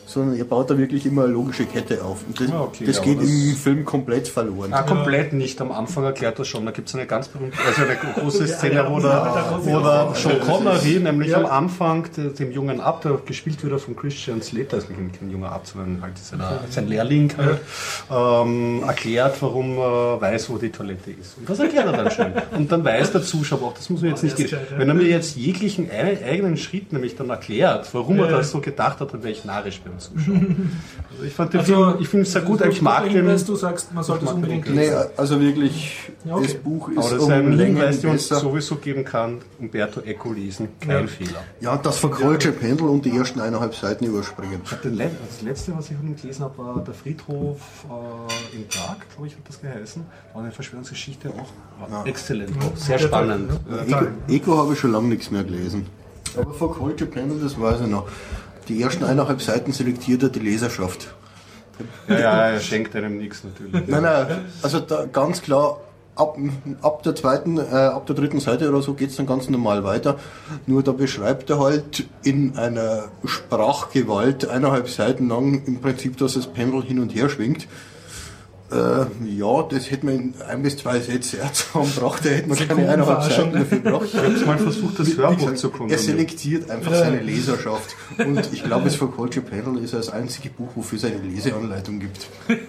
sondern er baut da wirklich immer eine logische Kette auf. Und das, Ah, okay, das ja, geht aber im das- Film komplett verloren. Ah, komplett nicht. Am Anfang erklärt er schon. Da gibt es eine ganz berühmte, also eine große Szene, wo der, wo der Sean Connery, nämlich Ja. am Anfang de- dem jungen Abt, der gespielt wird von Christian Slater, ist nicht kein junger Abt, sondern halt sein, sein Lehrling, halt, ähm, erklärt, warum er weiß, wo die Toilette ist. Und das erklärt er dann schön. Und dann weiß der Zuschauer auch, das muss man jetzt nicht. das ist gescheit, ja. Wenn er mir jetzt jeglichen ei- eigenen Schritt nämlich dann erklärt, warum er Ja. das so gedacht hat, dann wäre ich narrisch beim Zuschauen. Also ich fand den Also, Film, ich finde es sehr gut, ich mag den. Hinweis, du sagst, man sollte es mag den unbedingt Hinweis. lesen. Nee, also wirklich, Ja, okay. das Buch ist Aber das ist um ein Längen Hinweis, den man besser. sowieso geben kann. Umberto Eco lesen, kein Ja. Fehler. Ja, das verkrollsche Pendel und die ersten eineinhalb Seiten überspringen. Ich hab den Le das letzte, was ich von ihm gelesen habe, war der Friedhof äh, in Prag, glaube ich, hat das geheißen. War eine Verschwörungsgeschichte auch. War exzellent, auch sehr Ja, spannend. ja. Ja. Eco, Eco habe ich schon lange nichts mehr gelesen. Aber verkrollsche Pendel, das weiß ich noch. Die ersten eineinhalb Seiten selektiert er die Leserschaft. Ja, ja, er schenkt einem nichts natürlich. Nein, nein, also da ganz klar, ab, ab der zweiten, äh, ab der dritten Seite oder so geht es dann ganz normal weiter. Nur da beschreibt er halt in einer Sprachgewalt eineinhalb Seiten lang im Prinzip, dass das Pendel hin und her schwingt. Äh, ja, das hätte man in ein bis zwei Sätze zusammengebracht, da hätte man keine eineinhalb Sekundenverarschung. Seiten dafür gebraucht. Ich habe mal versucht, das Wie Hörbuch gesagt, zu er konsumieren. selektiert einfach seine Leserschaft. Und ich glaube, das verkrollsche Pendel ist das einzige Buch, wofür es eine Leseanleitung gibt.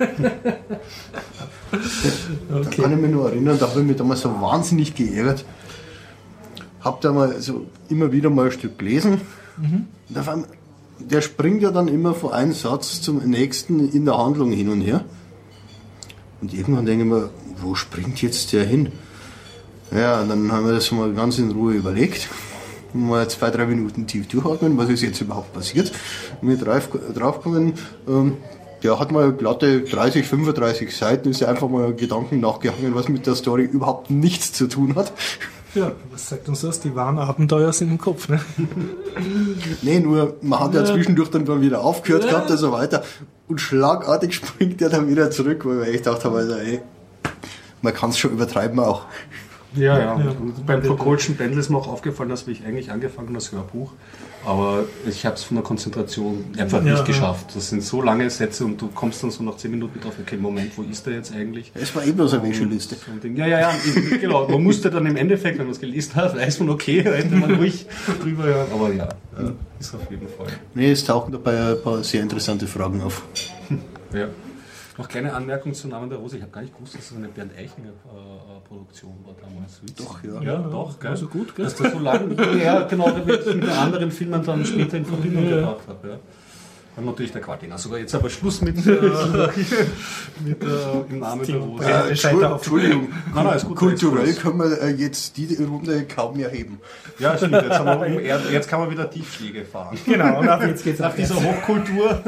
Da kann ich mich nur erinnern, da habe ich mich damals so wahnsinnig geärgert. Hab da mal so immer wieder mal ein Stück gelesen. Und auf einmal, der springt ja dann immer von einem Satz zum nächsten in der Handlung hin und her. Und irgendwann denke ich mir, wo springt jetzt der hin? Ja, und dann haben wir das mal ganz in Ruhe überlegt. Mal zwei, drei Minuten tief durchatmen, was ist jetzt überhaupt passiert. Und wir drauf, draufgekommen, ähm, der hat mal glatte dreißig, fünfunddreißig Seiten, ist ja einfach mal Gedanken nachgehangen, was mit der Story überhaupt nichts zu tun hat. Ja, was sagt uns das? Die wahren Abenteuer sind im Kopf, ne? Nee, nur man hat ja zwischendurch dann mal wieder aufgehört Ja. gehabt und so weiter. Und schlagartig springt er dann wieder zurück, weil ich echt gedacht habe, also, ey, man kann es schon übertreiben auch. Ja, ja. Ja. Und beim verkrollschen Pendel ist mir auch aufgefallen, dass ich eigentlich angefangen das Hörbuch, aber ich habe es von der Konzentration einfach Ja, nicht ja. geschafft. Das sind so lange Sätze und du kommst dann so nach zehn Minuten drauf, okay, Moment, wo ist der jetzt eigentlich? Es war eh bloß eine Wäscheliste. So ein Ding. Ja, ja, ja, eben, genau. Man musste dann im Endeffekt, wenn man es gelesen hat, weiß man, okay, da hätte man ruhig drüber hören. Aber ja, ja, ist auf jeden Fall. Nee, es tauchen dabei ein paar sehr interessante Fragen auf. Ja. Noch keine Anmerkung zu Namen der Rose. Ich habe gar nicht gewusst, dass das eine Bernd Eichinger äh, Produktion war damals. Doch, ja. Ja, doch, gell? Also gut, gell? Dass das so lange, ja, genau, damit ich mit anderen Filmen dann später in Verbindung Ja. gebracht habe. Ja. Und natürlich der Quatinger. Sogar jetzt aber Schluss mit, äh, mit äh, im Namen der Rose. Ja. Äh, Scheiter auf- Entschuldigung, Nein, nein, ist gut. kulturell Ist gut. können wir äh, jetzt die Runde kaum mehr heben. Ja, stimmt. Jetzt, haben wir, um- jetzt kann man wieder Tiefschläge fahren. Genau, und ab jetzt geht's Nach ab. dieser Hochkultur.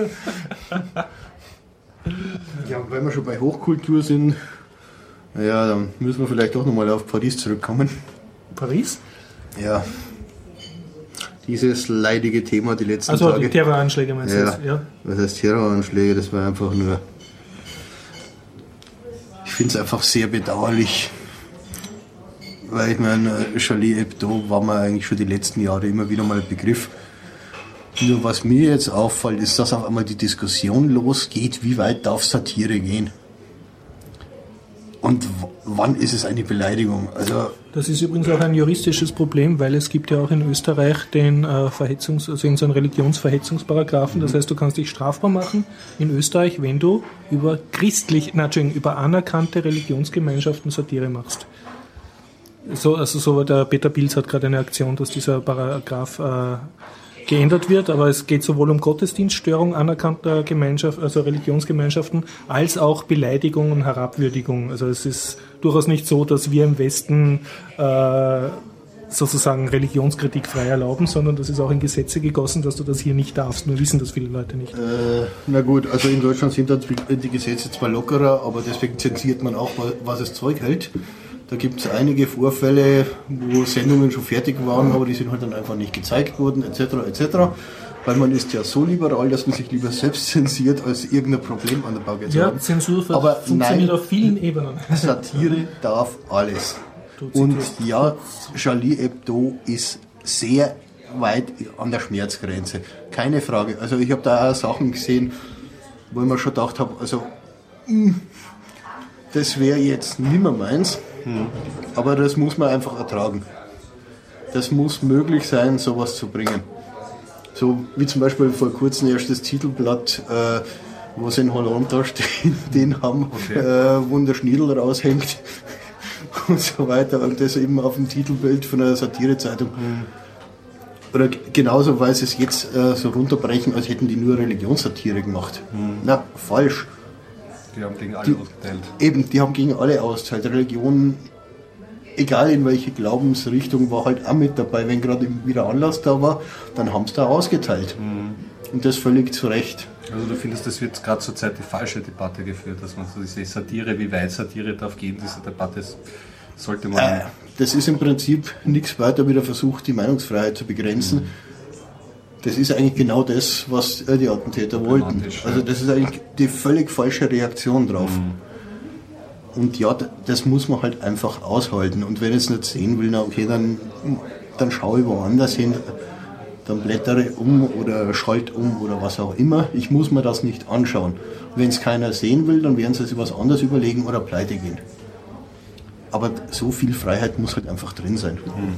Ja, weil wir schon bei Hochkultur sind, ja, dann müssen wir vielleicht doch nochmal auf Paris zurückkommen. Paris? Ja. Dieses leidige Thema die letzten Also die Tage. Terroranschläge meinst du Ja. jetzt? Ja. Was heißt Terroranschläge? Das war einfach nur. Ich finde es einfach sehr bedauerlich. Weil ich meine, Charlie Hebdo war mir eigentlich schon die letzten Jahre immer wieder mal ein Begriff. Nur was mir jetzt auffällt, ist, dass auf einmal die Diskussion losgeht, wie weit darf Satire gehen? Und w- wann ist es eine Beleidigung? Also, Das ist übrigens auch ein juristisches Problem, weil es gibt ja auch in Österreich den äh, Verhetzungs-, also so einen Religionsverhetzungsparagraphen. Das heißt, du kannst dich strafbar machen in Österreich, wenn du über christlich, na, Entschuldigung, über anerkannte Religionsgemeinschaften Satire machst. So, also so der Peter Pilz hat gerade eine Aktion, dass dieser Paragraph äh, geändert wird, aber es geht sowohl um Gottesdienststörung anerkannter Gemeinschaft, also Religionsgemeinschaften, als auch Beleidigung und Herabwürdigung. Also es ist durchaus nicht so, dass wir im Westen äh, sozusagen Religionskritik frei erlauben, sondern das ist auch in Gesetze gegossen, dass du das hier nicht darfst. Nur wissen das viele Leute nicht. äh, na gut, also in Deutschland sind da die Gesetze zwar lockerer, aber deswegen zensiert man auch, was es Zeug hält. Da gibt es einige Vorfälle, wo Sendungen schon fertig waren, aber die sind halt dann einfach nicht gezeigt worden, et cetera et cetera. Weil man ist ja so liberal, dass man sich lieber selbst zensiert, als irgendein Problem an der Bauge zu Ja, haben. Zensur Aber funktioniert nein. auf vielen Ebenen. Satire darf alles. Du Und zitierst. ja, Charlie Hebdo ist sehr weit an der Schmerzgrenze. Keine Frage. Also ich habe da auch Sachen gesehen, wo ich mir schon gedacht habe, also mh, das wäre jetzt nimmer meins, hm. aber das muss man einfach ertragen. Das muss möglich sein, sowas zu bringen. So wie zum Beispiel vor kurzem erst das Titelblatt, äh, was in Holland da steht, den haben, okay. äh, wo der Schniedel raushängt und so weiter. Und das eben auf dem Titelbild von einer Satirezeitung. Mhm. Oder genauso, weil sie es jetzt äh, so runterbrechen, als hätten die nur Religionssatire gemacht. Mhm. Na, falsch. Die haben gegen alle die, ausgeteilt. Eben, die haben gegen alle ausgeteilt. Religion, egal in welche Glaubensrichtung, war halt auch mit dabei. Wenn gerade wieder Anlass da war, dann haben sie da ausgeteilt. Mhm. Und das völlig zu Recht. Also du findest, das wird gerade zur Zeit die falsche Debatte geführt, dass man so diese Satire, wie weit Satire darf gehen, diese Debatte sollte man... Äh, das ist im Prinzip nichts weiter wie der Versuch, die Meinungsfreiheit zu begrenzen. Mhm. Das ist eigentlich genau das, was die Attentäter wollten. Also das ist eigentlich die völlig falsche Reaktion drauf. Mhm. Und ja, das muss man halt einfach aushalten. Und wenn ich es nicht sehen will, na okay, dann, dann schaue ich woanders hin, dann blättere um oder schalte um oder was auch immer. Ich muss mir das nicht anschauen. Wenn es keiner sehen will, dann werden sie sich was anderes überlegen oder pleite gehen. Aber so viel Freiheit muss halt einfach drin sein. Mhm.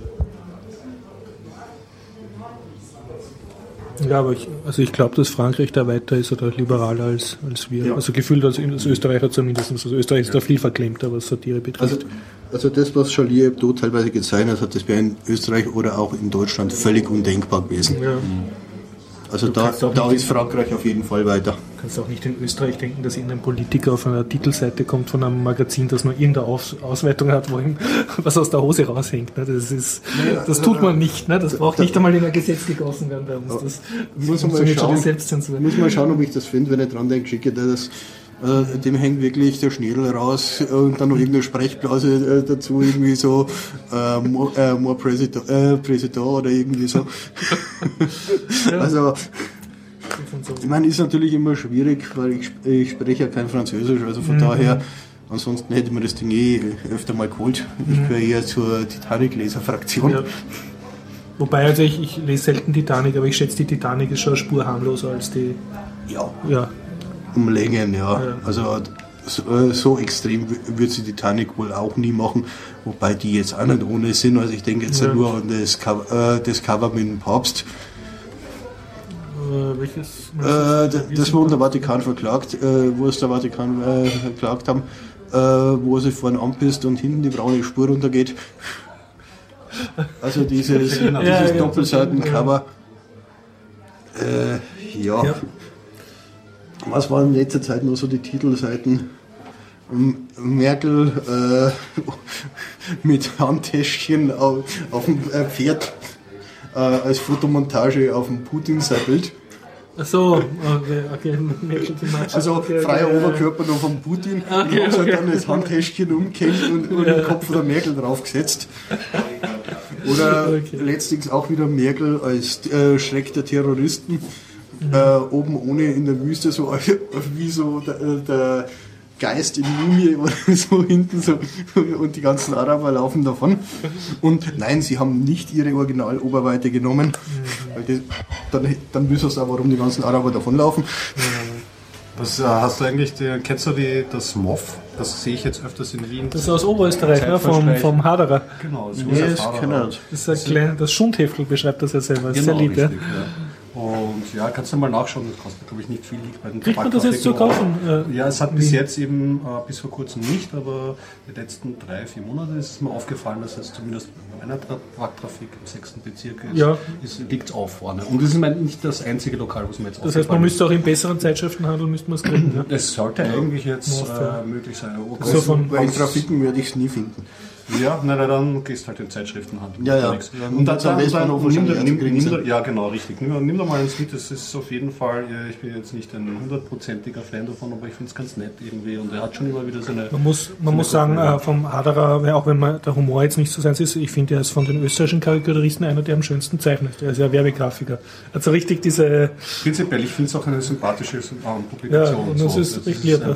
Ja, aber ich, also ich glaube, dass Frankreich da weiter ist oder liberaler als, als wir. Ja. Also gefühlt als, als Österreicher zumindest. Also Österreich ist ja. da viel verklemmter, was Satire betrifft. Also, also das, was Charlie Hebdo teilweise gezeichnet hat, das wäre in Österreich oder auch in Deutschland völlig undenkbar gewesen. Ja. Also da, da ist Frankreich auf jeden Fall weiter. Du kannst auch nicht in Österreich denken, dass irgendein Politiker auf einer Titelseite kommt von einem Magazin, das nur irgendeine Aus- Ausweitung hat, wo ihm was aus der Hose raushängt. Das, ist, das tut man nicht. Das braucht nicht einmal in ein Gesetz gegossen werden bei uns. Das muss man mal schauen, muss mal schauen, ob ich das finde, wenn ich dran denke, schicke das. Äh, dem hängt wirklich der Schniedel raus und dann noch irgendeine Sprechblase äh, dazu, irgendwie so äh, more, äh, more president, äh, president oder irgendwie so. Ja. Also, ich meine, ist natürlich immer schwierig, weil ich, ich spreche ja kein Französisch, also von mhm. daher, ansonsten hätte man das Ding eh öfter mal geholt. Ich gehöre eher zur Titanic-Leser-Fraktion. Ja. Wobei, also ich, ich lese selten Titanic, aber ich schätze, die Titanic ist schon eine Spur harmloser als die... Ja. ja. Um Längen, ja. ja. Also so, so extrem wird sie Titanic wohl auch nie machen, wobei die jetzt auch nicht ohne sind. Also ich denke jetzt ja. nur an das Cover, äh, das Cover mit dem Papst. Äh, welches? Äh, das, das wurde der Vatikan verklagt, äh, wo es der Vatikan äh, verklagt haben, äh, wo sie vorne anpisst und hinten die braune Spur runtergeht. Also dieses, ja, dieses ja, Doppelseiten-Cover. Äh, ja. ja. Was waren in letzter Zeit nur so die Titelseiten? Merkel äh, mit Handtäschchen auf, auf dem Pferd äh, als Fotomontage auf dem Putin sein Bild. Ach so, okay, okay. Also okay, freier okay, Oberkörper noch vom Putin. Okay, und okay. dann das Handtäschchen umgehängt und, und ja. den Kopf der Merkel draufgesetzt. Oder okay. letztens auch wieder Merkel als äh, Schreck der Terroristen. Mhm. Äh, oben ohne in der Wüste, so wie so der, der Geist in Mumie oder so hinten so und die ganzen Araber laufen davon. Und nein, sie haben nicht ihre Original-Oberweite genommen. Mhm. Weil das, dann, dann wüsstest du auch, warum die ganzen Araber davonlaufen. Mhm. Was, äh, hast du eigentlich, die, kennst du die, das M O F? Das sehe ich jetzt öfters in Wien. Das ist aus Oberösterreich, ne? vom, vom Haderer. Genau, das, nee, das, Haderer. das ist ein klein, das Schundheftel beschreibt das ja selber. Das genau, ist sehr lieb, richtig, ja. Und ja, kannst du mal nachschauen, das kostet glaube ich nicht viel. Liegt bei den Kriegt man das jetzt zu kaufen? Äh, ja, es hat bis jetzt eben, äh, bis vor kurzem nicht, aber die letzten drei, vier Monate ist es mir aufgefallen, dass es zumindest bei meiner Tabaktrafik im sechsten Bezirk ist, ja. ist liegt auch vorne. Und das ist nicht das einzige Lokal, was mir jetzt Das heißt, man müsste auch in besseren Zeitschriftenhandel müsste man es kriegen. Ja? Das sollte ja. eigentlich jetzt äh, möglich sein. Okay. So von bei Grafiken werde ich es nie finden. Ja, na, na, dann gehst halt in Zeitschriftenhandel. Ja, ja. Und dann, dann, dann, dann nimm, nimm, nimm, nimm, ja, genau, richtig. Nimm, nimm da mal eins mit, das ist auf jeden Fall, ja, ich bin jetzt nicht ein hundertprozentiger Fan davon, aber ich finde es ganz nett irgendwie und er hat schon immer wieder seine... Man muss, man muss sagen, äh, vom Haderer, auch wenn man der Humor jetzt nicht so sein ist, ich finde, er ist von den österreichischen Karikaturisten einer, der am schönsten zeichnet. Er ist ja Werbegrafiker. Also richtig diese... Prinzipiell, ich finde es auch eine sympathische Publikation. Ja, und das so. ist richtig lieb.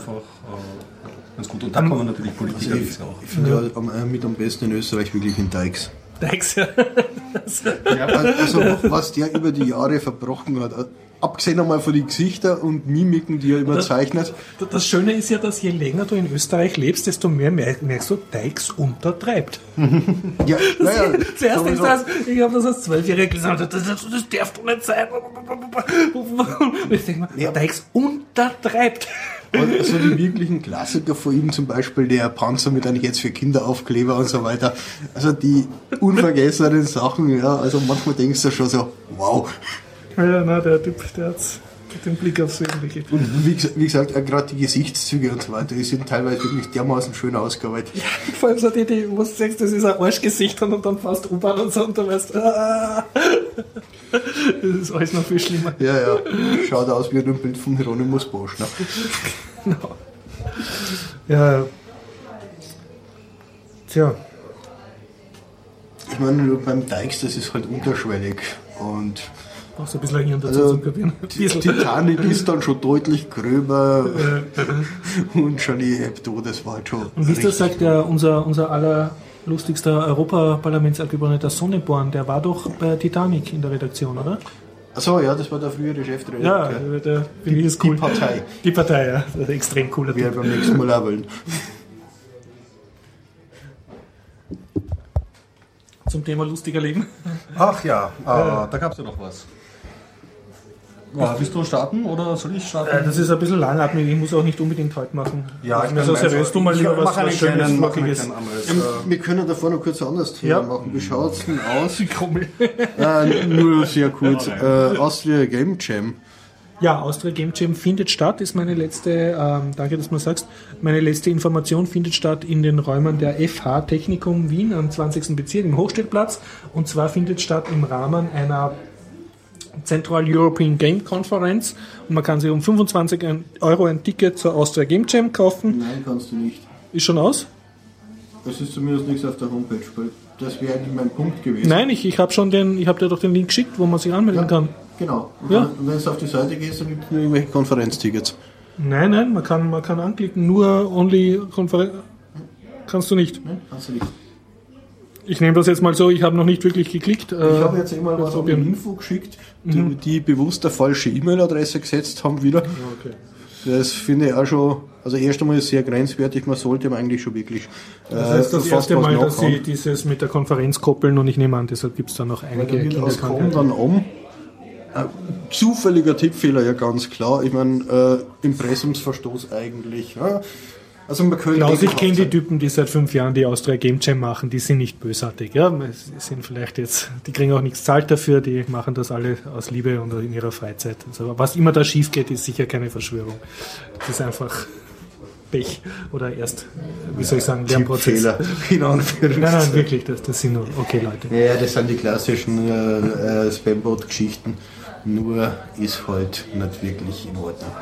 Ganz gut. Und da kann man natürlich Politik also ich, auch. Ich finde ja mit am besten in Österreich wirklich in Dykes. Dykes, ja. Ja, also was der über die Jahre verbrochen hat, abgesehen einmal von den Gesichtern und Mimiken, die er immer das, zeichnet. Das Schöne ist ja, dass je länger du in Österreich lebst, desto mehr merkst du, Dykes untertreibt. Ja, naja. Zuerst denkst du, das, ich habe das als Zwölfjähriger gesagt, das, das, das darf doch nicht sein. Und ich denke mir, ja. Dykes untertreibt. Also die wirklichen Klassiker von ihm, zum Beispiel der Panzer mit einem Jetzt für Kinder Aufkleber und so weiter. Also die unvergessenen Sachen, ja, also manchmal denkst du schon so, wow. Ja, nein, der Typ, der hat den Blick aufs Wesentliche. Und wie, wie gesagt, auch gerade die Gesichtszüge und so weiter, die sind teilweise wirklich dermaßen schön ausgearbeitet. Ja, vor allem so die, die, wo du sagst, das ist ein Arschgesicht und dann fast U-Bahn und so und dann weißt du, ah, das ist alles noch viel schlimmer. Ja, ja, schaut aus wie ein Bild von Hieronymus Bosch. Ne? Genau. Ja, tja. Ich meine, beim Dykes, das ist halt unterschwellig und brauchst du ein bisschen Hirn dazu also, zum Kapieren. Titanic ist dann schon deutlich gröber und Charlie Hebdo, das war halt schon. Und wie das sagt ja unser, unser allerlustigster Europaparlamentsabgeordneter Sonneborn, der war doch bei Titanic in der Redaktion, oder? Achso, ja, das war der frühere Chefredakteur. Ja, der, die, ist cool. Die Partei. Die Partei, ja. Das ist ein extrem cooler Typ. Wir beim nächsten Mal auch wollen. Zum Thema lustiger Leben. Ach ja, äh, da gab es ja noch was. Ja, willst du starten oder soll ich starten? Äh, das ist ein bisschen langatmig, ich muss auch nicht unbedingt heute machen. Ja, ich mir so seriös, du mal lieber was, was Schönes, Flockiges. Ähm, wir können davor noch kurz ein anderes Thema Ja. machen. Wie schaut es denn aus? Krummel. äh, nur sehr kurz. Äh, Austria Game Jam. Ja, Austria Game Jam findet statt, ist meine letzte, ähm, danke, dass du mir sagst, meine letzte Information findet statt in den Räumen der F H Technikum Wien am zwanzigsten Bezirk im Hochstädtplatz. Und zwar findet statt im Rahmen einer Central European Game Conference und man kann sich um fünfundzwanzig Euro ein Ticket zur Austria Game Jam kaufen. Nein, kannst du nicht. Ist schon aus? Es ist zumindest nichts auf der Homepage, weil das wäre eigentlich mein Punkt gewesen. Nein, ich, ich habe schon den, ich habe dir doch den Link geschickt, wo man sich anmelden Ja, kann. Genau. Und Ja. wenn du auf die Seite gehst, dann gibt es nur irgendwelche Konferenztickets. Nein, nein, man kann, man kann anklicken, nur Only Konferenz. Kannst du nicht. Nein, kannst du nicht. Ich nehme das jetzt mal so, ich habe noch nicht wirklich geklickt. Ich habe jetzt immer was an die probieren. Info geschickt, die, die bewusst eine falsche E-Mail-Adresse gesetzt haben wieder. Okay. Das finde ich auch schon, also erst einmal ist sehr grenzwertig, man sollte ihm eigentlich schon wirklich äh, Das heißt das fast erste was Mal, dass nachhauen. sie dieses mit der Konferenz koppeln und ich nehme an, deshalb gibt es da noch einige Weil da wird aus kommen Kinderkrankheiten. dann um. Ein zufälliger Tippfehler, ja ganz klar. Ich meine, äh, Impressumsverstoß eigentlich. Ja. Also man könnte Klaus, ich denken, kenne die Typen, die seit fünf Jahren die Austria Game Jam machen, die sind nicht bösartig. Ja? Sie sind vielleicht jetzt, die kriegen auch nichts zahlt dafür, die machen das alle aus Liebe und in ihrer Freizeit. Also was immer da schief geht, ist sicher keine Verschwörung. Das ist einfach Pech oder erst, wie soll ich sagen, Lernprozess. Tippfehler. In Anführungszeichen. Nein, nein, wirklich, das, das sind nur okay Leute. Ja, das sind die klassischen äh, äh, Spambot-Geschichten. Nur ist halt nicht wirklich in Ordnung.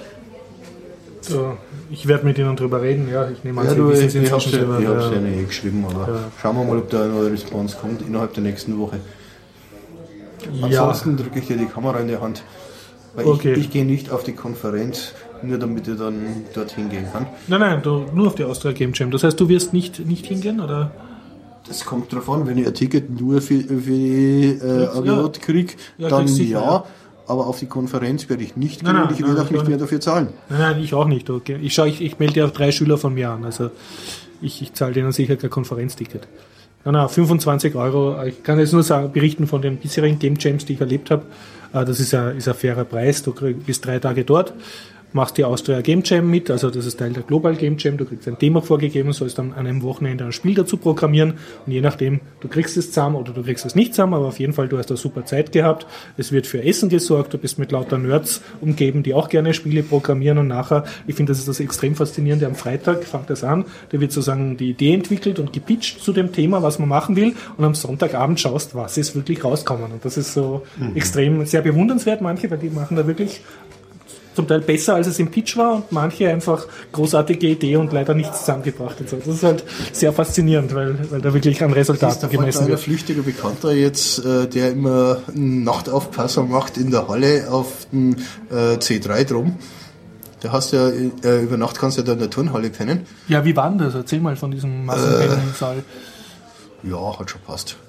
So, ich werde mit Ihnen drüber reden, ja, ich nehme an, Ja, Sie du, wissen ich, Sie ich habe inzwischen es drüber. ja Ja. eh geschrieben, aber Ja. schauen wir mal, ob da eine neue Response kommt innerhalb der nächsten Woche. Ja. Ansonsten drücke ich dir die Kamera in die Hand. Weil Okay. ich, ich gehe nicht auf die Konferenz, nur damit ich dann dorthin gehen kann. Nein, nein, du, nur auf die Austria Game Jam. Das heißt, du wirst nicht, nicht hingehen, oder? Das kommt drauf an, wenn ich ein Ticket nur für, für die äh, Ja, A W J kriege, Ja, dann kriegst ja, sicher, ja. aber auf die Konferenz werde ich nicht Nein, gehen nein, und ich werde nein, auch nicht nein. mehr dafür zahlen. Nein, nein, ich auch nicht. Okay. Ich, schau, ich, ich melde ja drei Schüler von mir an, also ich, ich zahle denen sicher kein Konferenzticket. Nein, nein, fünfundzwanzig Euro. Ich kann jetzt nur sagen, berichten von den bisherigen Game Jams, die ich erlebt habe. Äh, Das ist ein, ist ein fairer Preis. Du krieg, bist drei Tage dort, machst die Austria Game Jam mit, also das ist Teil der Global Game Jam. Du kriegst ein Thema vorgegeben, sollst dann an einem Wochenende ein Spiel dazu programmieren und je nachdem, du kriegst es zusammen oder du kriegst es nicht zusammen, aber auf jeden Fall, du hast eine super Zeit gehabt. Es wird für Essen gesorgt, du bist mit lauter Nerds umgeben, die auch gerne Spiele programmieren und nachher, ich finde, das ist das extrem Faszinierende, am Freitag fängt das an, da wird sozusagen die Idee entwickelt und gepitcht zu dem Thema, was man machen will und am Sonntagabend schaust, was ist wirklich rauskommen und das ist so mhm. extrem, sehr bewundernswert, manche, weil die machen da wirklich zum Teil besser, als es im Pitch war und manche einfach großartige Idee und leider nichts zusammengebracht. Und so. Das ist halt sehr faszinierend, weil, weil da wirklich an Resultaten gemessen ein wird. flüchtiger Bekannter jetzt, äh, der immer einen Nachtaufpasser macht in der Halle auf dem äh, C drei drum. Da hast du ja, äh, über Nacht kannst du ja da in der Turnhalle pennen. Ja, wie war denn das? Erzähl mal von diesem Massenpennensaal. Ja, hat schon passt.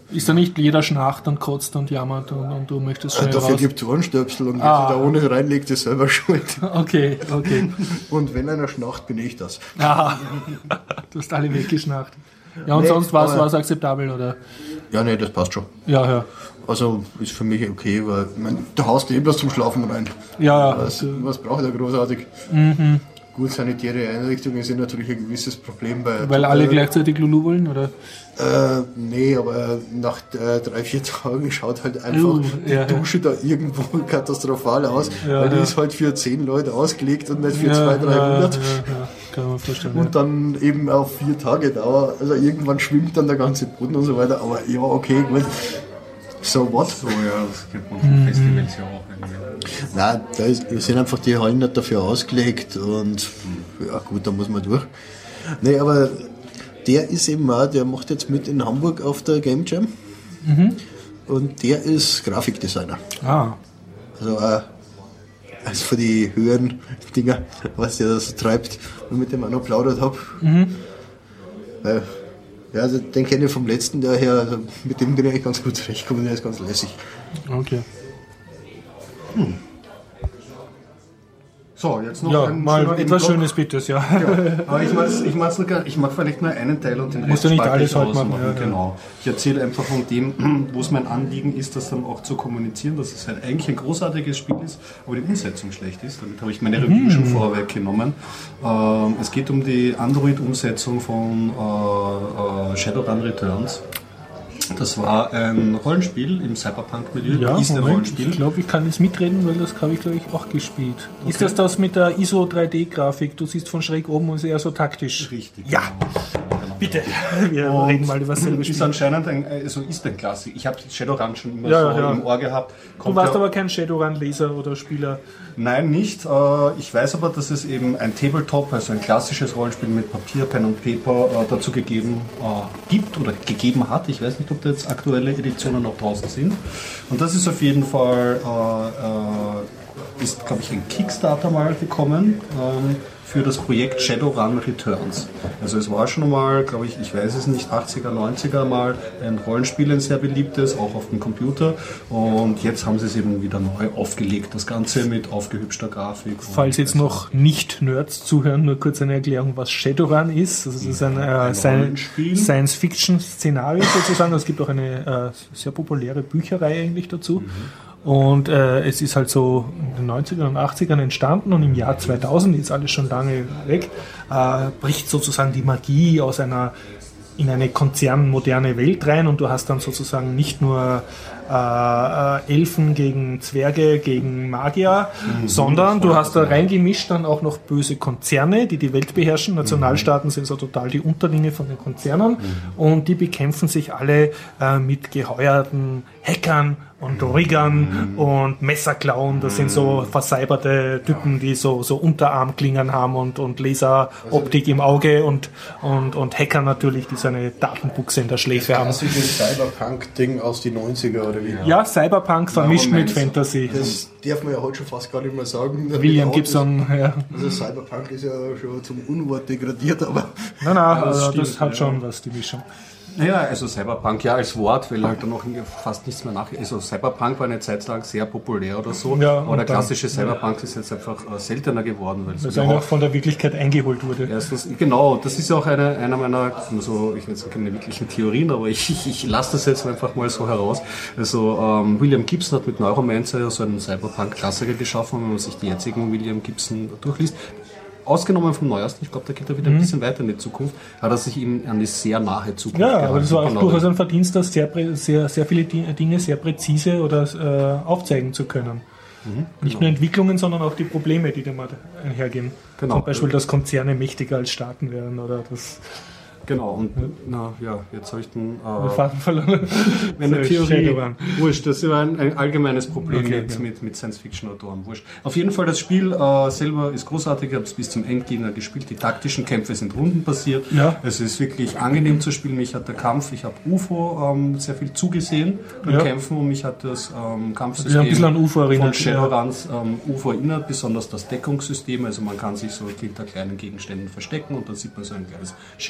Ist da nicht jeder schnarcht und kotzt und jammert und, und du möchtest schnell Dafür raus? gibt es Ohrenstöpsel und Ah. wer sich da ohne reinlegt, ist selber schuld. Okay, okay. Und wenn einer schnarcht, bin ich das. Aha. Du hast alle weggeschnarcht. Ja, und Nee, sonst war aber- es akzeptabel, oder? Ja, nee, das passt schon. Ja, ja. Also ist für mich okay, weil ich mein, du haust eh bloß zum Schlafen rein. Ja, ja. Was, was braucht er großartig? Gut, sanitäre Einrichtungen sind natürlich ein gewisses Problem bei. Weil alle äh, gleichzeitig Lulu wollen, oder? Äh, nee, aber nach äh, drei, vier Tagen schaut halt einfach Uh, die ja, ja. Dusche da irgendwo katastrophal aus, Ja, weil die ja. ist halt für zehn Leute ausgelegt und nicht für Ja, zweihundert, ja, dreihundert. ja, ja, kann man vorstellen. Und dann eben auf vier Tage Dauer, also irgendwann schwimmt dann der ganze Boden und so weiter, aber ja, okay, gut. So what? So, ja, das kennt man von Festivals ja auch irgendwie. Nein, da ist, sind einfach die Hallen nicht dafür ausgelegt und ja gut, da muss man durch. Nee, aber der ist eben auch, der macht jetzt mit in Hamburg auf der Game Jam und der ist Grafikdesigner. Ja. Ah, Also äh, also für die höheren Dinger, was der da so treibt und mit dem auch noch plaudert habe. Weil, ja, also den kenne ich vom letzten Jahr her, also mit dem bin ich eigentlich ganz gut zurechtgekommen, der ist ganz lässig. okay. So, jetzt noch Ja, ein mal schöner etwas Block. Schönes bitte, ja. Ja, aber ich mag, ich, mag's nur, gar- ich mag vielleicht nur einen Teil und den Musst Rest du nicht spalte alles ich heute ausmachen, machen, ja, ja. Genau. Ich erzähle einfach von dem, wo es mein Anliegen ist, das dann auch zu kommunizieren, dass es halt eigentlich ein großartiges Spiel ist, aber die Umsetzung schlecht ist. Damit habe ich meine Review Mhm. schon vorweggenommen. Ähm, es geht um die Android-Umsetzung von äh, äh, Shadowrun Returns. Das war ein Rollenspiel im Cyberpunk-Milieu. Ja, ist ein Moment, Rollenspiel. ich glaube, ich kann jetzt mitreden, weil das habe ich, glaube ich, auch gespielt. Ist das das mit der I S O drei D Grafik? Du siehst von schräg oben und ist eher so taktisch. Richtig. Ja, Genau. bitte. Wir Und reden mal über dasselbe ist Spiel. anscheinend ein, also ist ein Klassik. Ich habe Shadowrun schon immer Ja, so ja. im Ohr gehabt. Du Kommt warst ja- aber kein Shadowrun-Leser oder Spieler. Nein, nicht. Äh, Ich weiß aber, dass es eben ein Tabletop, also ein klassisches Rollenspiel mit Papier, Pen und Paper äh, dazu gegeben äh, gibt oder gegeben hat. Ich weiß nicht, ob da jetzt aktuelle Editionen noch draußen sind. Und das ist auf jeden Fall, äh, äh, ist glaube ich ein Kickstarter mal gekommen ähm, für das Projekt Shadowrun Returns. Also es war schon mal, glaube ich, ich weiß es nicht, achtziger, neunziger mal ein Rollenspiel, ein sehr beliebtes, auch auf dem Computer. Und jetzt haben sie es eben wieder neu aufgelegt, das Ganze mit aufgehübschter Grafik. Falls jetzt noch Nicht-Nerds zuhören, nur kurz eine Erklärung, was Shadowrun ist. Also das ist ein, äh, Sci- Rollenspiel. Science-Fiction-Szenario sozusagen. Es gibt auch eine äh, sehr populäre Bücherei eigentlich dazu. Und äh, es ist halt so in den neunzigern und achtzigern entstanden und im Jahr zweitausend, ist alles schon lange weg, äh, bricht sozusagen die Magie aus einer in eine konzernmoderne Welt rein und du hast dann sozusagen nicht nur äh, äh, Elfen gegen Zwerge gegen Magier, Mhm. sondern du hast da reingemischt dann auch noch böse Konzerne, die die Welt beherrschen. Nationalstaaten sind so total die Unterlinge von den Konzernen und die bekämpfen sich alle äh, mit geheuerten Hackern und Riggern und Messerklauen. Das sind so verseiberte Typen, die so, so Unterarmklingen haben und, und Laseroptik im Auge und, und, und Hacker natürlich, die so eine Datenbuchse in der Schläfe haben. Klassisches Cyberpunk-Ding aus den neunziger oder wie? Ja, Cyberpunk vermischt aber mit meinst du- Fantasy. Das darf man ja heute schon fast gar nicht mehr sagen. William Gibson, ja. Also Cyberpunk ist ja schon zum Unwort degradiert, aber Nein, nein, das also stimmt, das hat ja. schon was, die Mischung. Naja, also Cyberpunk ja als Wort, weil halt dann noch fast nichts mehr nach. Also Cyberpunk war eine Zeit lang sehr populär oder so, Ja, aber und der dann- klassische Cyberpunk ist jetzt einfach äh, seltener geworden, weil es Weil es einfach von der Wirklichkeit eingeholt wurde. Erstens, genau, das ist ja auch eine, einer meiner, so, ich will jetzt keine wirklichen Theorien, aber ich, ich, ich lasse das jetzt einfach mal so heraus. Also ähm, William Gibson hat mit Neuromancer ja so einen Cyberpunk-Klassiker geschaffen, wenn man sich die jetzigen William Gibson durchliest. Ausgenommen vom Neuesten, ich glaube, da geht er wieder ein bisschen weiter in die Zukunft, hat er sich ihm an die sehr nahe Zukunft Mhm. Ja, aber das war auch Genau. durchaus ein Verdienst, das sehr, prä- sehr, sehr viele Di- Dinge sehr präzise oder äh, aufzeigen zu können. Nicht nur Entwicklungen, sondern auch die Probleme, die damit einhergehen. Genau. Zum Beispiel, dass Konzerne mächtiger als Staaten werden oder das Genau, und na ja, jetzt habe ich den äh, Faden verloren. Eine So, Theorie, Shadowrun. wurscht, das war ein, ein allgemeines Problem Okay, mit, ja. mit, mit Science-Fiction-Autoren, wurscht. Auf jeden Fall, das Spiel äh, selber ist großartig, ich habe es bis zum Endgegner gespielt, die taktischen Kämpfe sind rundenbasiert, Ja. es ist wirklich angenehm zu spielen, mich hat der Kampf, ich habe U F O ähm, sehr viel zugesehen beim Ja. Kämpfen und mich hat das ähm, Kampfsystem Ja, ein bisschen an U F O erinnert, von Shadowruns ähm, U F O erinnert, besonders das Deckungssystem, also man kann sich so hinter kleinen Gegenständen verstecken und dann sieht man so ein kleines Schild angezeigt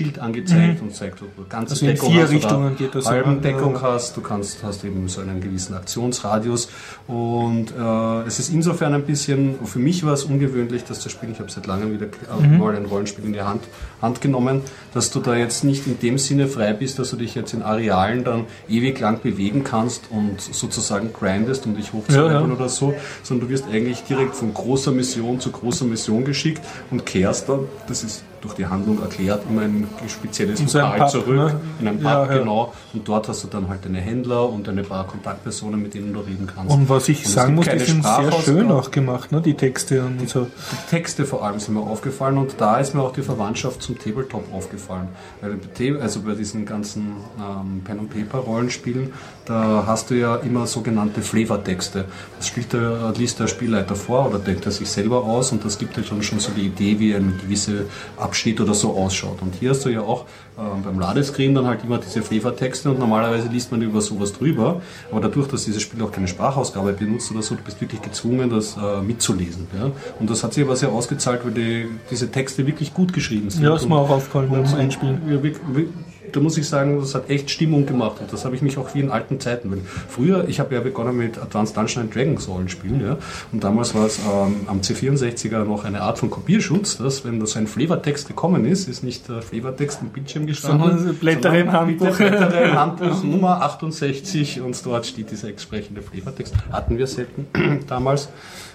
zeigt mhm. und zeigt, ob du ganze also in Deckung vier hast Richtungen oder geht das halben Deckung ja. hast. Du kannst, hast eben so einen gewissen Aktionsradius und äh, es ist insofern ein bisschen, für mich war es ungewöhnlich, dass das Spiel, ich habe seit langem wieder mhm. mal ein Rollenspiel in die Hand, Hand genommen, dass du da jetzt nicht in dem Sinne frei bist, dass du dich jetzt in Arealen dann ewig lang bewegen kannst und sozusagen grindest und dich hochzuleveln ja, ja. oder so, sondern du wirst eigentlich direkt von großer Mission zu großer Mission geschickt und kehrst dann, das ist durch die Handlung erklärt, immer ein spezielles Lokal zurück, ne? in einem Pub, ja, ja. genau, und dort hast du dann halt deine Händler und eine paar Kontaktpersonen, mit denen du reden kannst. Und was ich und sagen muss, die sind sehr schön auch gemacht, ne? Die Texte und die, so. Die Texte vor allem sind mir aufgefallen und da ist mir auch die Verwandtschaft zum Tabletop aufgefallen. Weil also bei diesen ganzen ähm, Pen and Paper Rollenspielen, da hast du ja immer sogenannte Flavortexte. Das spielt der, liest der Spielleiter vor oder denkt er sich selber aus und das gibt ja schon, schon so die Idee, wie eine gewisse Abschnitt oder so ausschaut. Und hier hast du ja auch äh, beim Ladescreen dann halt immer diese Flavortexte und normalerweise liest man über sowas drüber, aber dadurch, dass dieses Spiel auch keine Sprachausgabe benutzt oder so, du bist wirklich gezwungen, das äh, mitzulesen. Ja? Und das hat sich aber sehr ausgezahlt, weil die, diese Texte wirklich gut geschrieben sind. Ja, ist mir auch aufgefallen beim Einspielen. Ja, wir, wir, da muss ich sagen, das hat echt Stimmung gemacht und das habe ich mich auch wie in alten Zeiten. Weil früher, ich habe ja begonnen mit Advanced Dungeons and Dragons Rollenspielen, ja, und damals war es ähm, am C vierundsechziger noch eine Art von Kopierschutz, dass wenn da so ein Flavortext gekommen ist, ist nicht der Flavortext im Bildschirm gestanden, sondern Blätter im Handbuch, Blätter im Handbuch Nummer achtundsechzig und dort steht dieser entsprechende Flavortext. Hatten wir selten damals.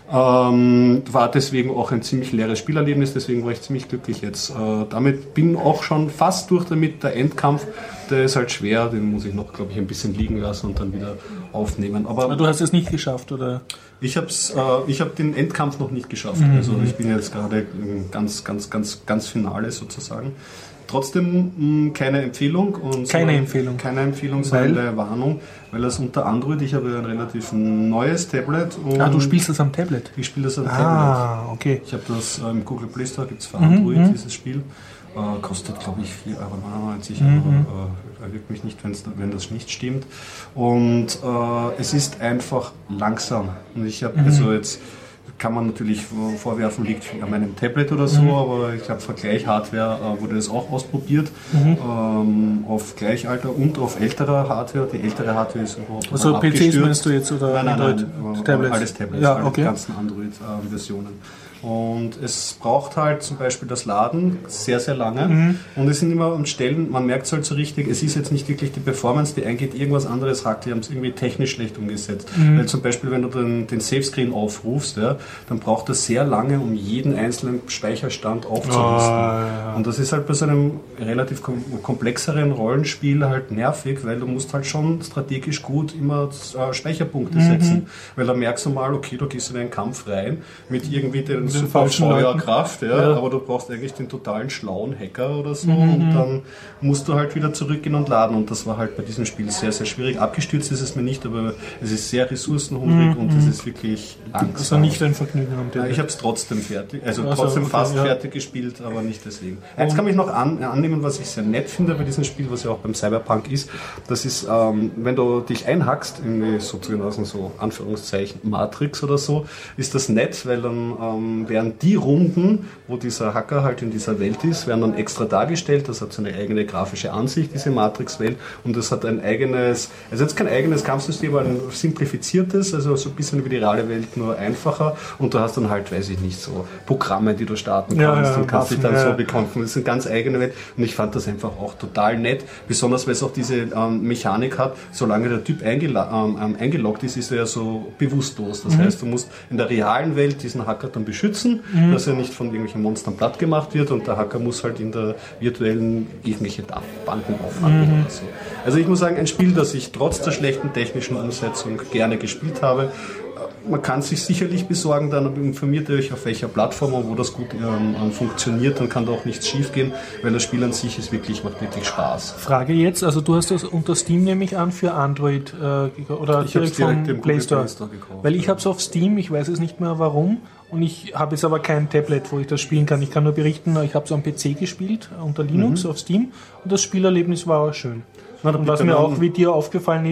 Ähm, war deswegen auch ein ziemlich leeres Spielerlebnis, deswegen war ich ziemlich glücklich jetzt. Äh, damit bin auch schon fast durch damit. Der Endkampf, der ist halt schwer, den muss ich noch, glaube ich, ein bisschen liegen lassen und dann wieder aufnehmen. Aber, Aber du hast es nicht geschafft, oder? Ich habe äh, ich hab den Endkampf noch nicht geschafft. Mhm. Also ich bin jetzt gerade ganz, ganz, ganz, ganz Finale sozusagen. Trotzdem mh, keine Empfehlung. Und keine so, Empfehlung. Keine Empfehlung, sondern eine Warnung, weil das unter Android, ich habe ein relativ neues Tablet. Und ah, du spielst das am Tablet? Ich spiele das am ah, Tablet. Ah, okay. Ich habe das äh, im Google Play Store, gibt es für Android mhm, dieses Spiel. Äh, kostet, glaube ich, vier Euro neunundneunzig, mhm. aber äh, erwirkt mich nicht, wenn das nicht stimmt. Und äh, es ist einfach langsam. Und ich habe, mhm. also jetzt kann man natürlich vorwerfen, liegt an meinem Tablet oder so, mhm. aber ich habe Vergleich-Hardware, äh, wurde das auch ausprobiert, mhm. ähm, auf Gleichalter und auf älterer Hardware. Die ältere Hardware ist überhaupt nicht also P Cs meinst du jetzt oder nein, nein, Android? Nein, Tablets? Alles Tablets, ja, alle okay. ganzen Android-Versionen. Und es braucht halt zum Beispiel das Laden sehr, sehr lange. Mhm. Und es sind immer an Stellen, man merkt es halt so richtig, es ist jetzt nicht wirklich die Performance, die eingeht, irgendwas anderes hakt, die haben es irgendwie technisch schlecht umgesetzt. Mhm. Weil zum Beispiel, wenn du den, den Save-Screen aufrufst, ja, dann braucht das sehr lange, um jeden einzelnen Speicherstand aufzurüsten. Oh, ja. Und das ist halt bei so einem relativ kom- komplexeren Rollenspiel halt nervig, weil du musst halt schon strategisch gut immer äh, Speicherpunkte mhm. setzen. Weil da merkst du mal, okay, du gehst in einen Kampf rein mit irgendwie den super Feuerkraft, ja, ja, aber du brauchst eigentlich den totalen schlauen Hacker oder so mhm. und dann musst du halt wieder zurückgehen und laden und das war halt bei diesem Spiel sehr, sehr schwierig. Abgestürzt ist es mir nicht, aber es ist sehr ressourcenhungrig mhm. und es ist wirklich langsam. Das war nicht ein Vergnügen am Tablet. Ich habe es trotzdem fertig, also, also trotzdem okay, fast ja. fertig gespielt, aber nicht deswegen. Eins kann ich noch an, annehmen, was ich sehr nett finde bei diesem Spiel, was ja auch beim Cyberpunk ist, das ist, ähm, wenn du dich einhackst, irgendwie sozusagen so Anführungszeichen Matrix oder so, ist das nett, weil dann ähm, werden die Runden, wo dieser Hacker halt in dieser Welt ist, werden dann extra dargestellt. Das hat so eine eigene grafische Ansicht, diese Matrix-Welt. Und das hat ein eigenes, also jetzt kein eigenes Kampfsystem, aber ein simplifiziertes, also so ein bisschen wie die reale Welt, nur einfacher. Und du hast dann halt, weiß ich nicht, so Programme, die du starten kannst ja, ja, und kannst dich dann ja. so bekämpfen. Das ist eine ganz eigene Welt. Und ich fand das einfach auch total nett. Besonders, weil es auch diese ähm, Mechanik hat, solange der Typ eingela- ähm, eingeloggt ist, ist er ja so bewusstlos. Das mhm. heißt, du musst in der realen Welt diesen Hacker dann beschützen, mhm. dass er nicht von irgendwelchen Monstern platt gemacht wird und der Hacker muss halt in der virtuellen irgendwelche Banken aufhalten mhm. oder so. Also ich muss sagen, ein Spiel, das ich trotz der schlechten technischen Umsetzung gerne gespielt habe. Man kann es sich sicherlich besorgen, dann informiert ihr euch auf welcher Plattform und wo das gut ähm, funktioniert, dann kann da auch nichts schief gehen, weil das Spiel an sich ist wirklich, macht wirklich Spaß. Frage jetzt, also du hast das unter Steam nehme ich an für Android äh, oder ich direkt, direkt vom Play Store, Play Store gekauft. Weil ich habe es auf Steam, ich weiß es nicht mehr warum und ich habe jetzt aber kein Tablet, wo ich das spielen kann. Ich kann nur berichten, ich habe es am P C gespielt, unter Linux mhm. auf Steam und das Spielerlebnis war schön. Und was mir auch wie dir aufgefallen ist,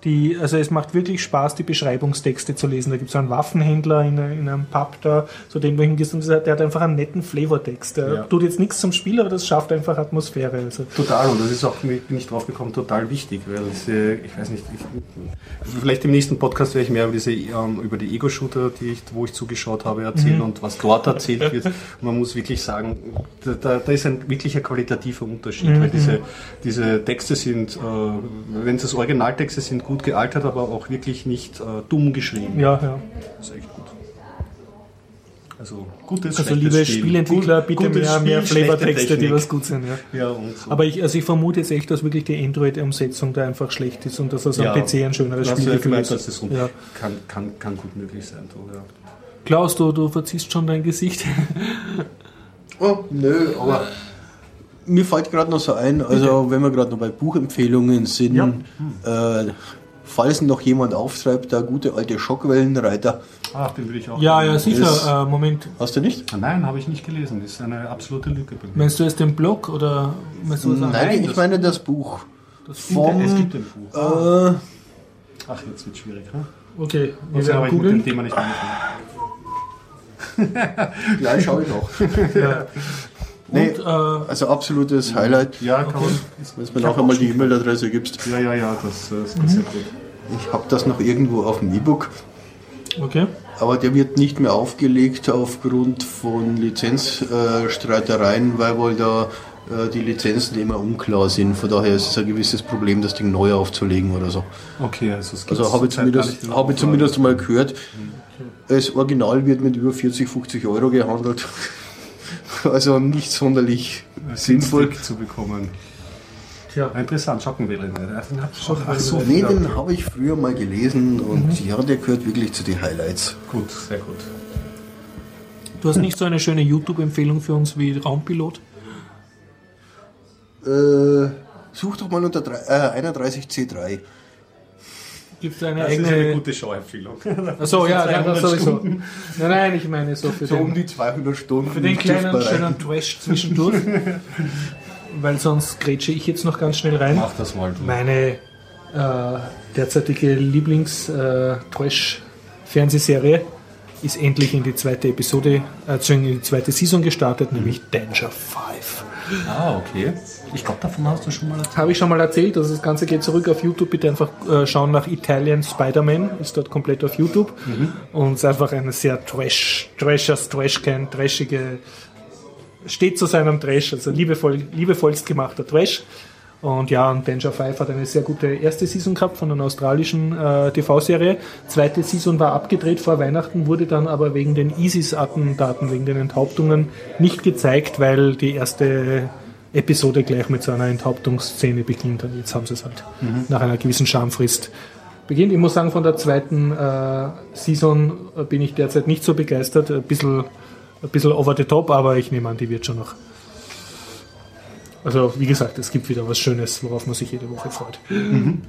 Die, also es macht wirklich Spaß, die Beschreibungstexte zu lesen. Da gibt es einen Waffenhändler in, in einem Pub da, so den du hingehst und der hat einfach einen netten Flavortext. Der Ja. tut jetzt nichts zum Spiel, aber das schafft einfach Atmosphäre. Also. Total, und das ist auch, bin ich drauf gekommen, total wichtig, weil es, äh, ich weiß nicht, ich, vielleicht im nächsten Podcast werde ich mehr über diese ähm, über die Ego-Shooter, die ich, wo ich zugeschaut habe, erzählen mhm. und was dort erzählt wird. Man muss wirklich sagen, da, da, da ist ein wirklicher qualitativer Unterschied, mhm. weil diese, diese Texte sind, äh, wenn es das Originaltexte sind, gut gealtert, aber auch wirklich nicht äh, dumm geschrieben. Ja, ja. Das ist echt gut. Also, gutes, also liebe Spiel. Spielentwickler, Gut, bitte mehr, Spiel, mehr Flavortexte, die was gut sind. Ja. Ja, und so. Aber ich, also ich vermute jetzt echt, dass wirklich die Android-Umsetzung da einfach schlecht ist und dass das ja, am P C ein schöneres Spiel ist. ist. Das ist ja. kann, kann, kann gut möglich sein. So, ja. Klaus, du, du verziehst schon dein Gesicht. Oh, nö, aber mir fällt gerade noch so ein, also okay. wenn wir gerade noch bei Buchempfehlungen sind, ja. äh, falls noch jemand auftreibt, der gute alte Schockwellenreiter. Ach, den will ich auch. Ja, ja, sicher. Äh, Moment. Hast du nicht? Nein, habe ich nicht gelesen. Das ist eine absolute Lücke bei mir. Meinst du jetzt den Blog oder meinst du was Nein, Nein, ich meine das Buch. Das vom, es gibt ein Buch. Äh, Ach, jetzt wird es schwierig. Hm? Okay, wir also, werden googeln. Mit dem Thema nicht angefangen. Gleich schaue ich noch. Ja. Nee, Und, äh, also absolutes Highlight. Ja, kann okay. Wenn du mir nachher mal die E-Mail-Adresse gibst. Ja, ja, ja, das, das ist mhm. sehr gut. Ich habe das noch irgendwo auf dem E-Book. Okay. Aber der wird nicht mehr aufgelegt aufgrund von Lizenzstreitereien, äh, weil wohl da äh, die Lizenzen immer unklar sind. Von daher ist es ein gewisses Problem, das Ding neu aufzulegen oder so. Okay, also es gibt Also habe ich zumindest, habe ich zumindest mal gehört, okay. Das Original wird mit über vierzig, fünfzig Euro gehandelt. Also nicht sonderlich sinnvoll zu bekommen. Tja. Interessant, Schockenwelle. Ach so, nee, den habe ich früher mal gelesen und mhm. ja, der gehört wirklich zu den Highlights. Gut, sehr gut. Du hast nicht so eine schöne YouTube-Empfehlung für uns wie Raumpilot? Äh, such doch mal unter drei, äh, einunddreißig C drei. Gibt es eine das eigene... ist eine gute Show-Empfehlung. Achso, ja, ja, das sowieso. Nein, nein, ich meine so für so den... um die zweihundert Stunden. Für den kleinen, schönen Trash zwischendurch. Weil sonst grätsche ich jetzt noch ganz schnell rein. Mach das mal. Du. Meine äh, derzeitige Lieblings-Trash-Fernsehserie ist endlich in die zweite Episode, äh, in die zweite Saison gestartet, mhm. nämlich Danger Five. Ah, okay. Ich glaube, davon hast du schon mal erzählt. Habe ich schon mal erzählt. Also das Ganze geht zurück auf YouTube. Bitte einfach äh, schauen nach Italian Spider-Man. Ist dort komplett auf YouTube. Mhm. Und es ist einfach eine sehr Trash, Trashers, Trashcan, trashige, steht zu seinem Trash, also liebevoll, liebevollst gemachter Trash. Und ja, und Danger Five hat eine sehr gute erste Season gehabt von einer australischen äh, T V-Serie. Zweite Season war abgedreht vor Weihnachten, wurde dann aber wegen den ISIS-Attentaten, wegen den Enthauptungen nicht gezeigt, weil die erste Episode gleich mit so einer Enthauptungsszene beginnt. Und jetzt haben sie es halt mhm. nach einer gewissen Schamfrist beginnt. Ich muss sagen, von der zweiten äh, Season bin ich derzeit nicht so begeistert. Ein bisschen, ein bisschen over the top, aber ich nehme an, die wird schon noch. Also, wie gesagt, es gibt wieder was Schönes, worauf man sich jede Woche freut. Mhm.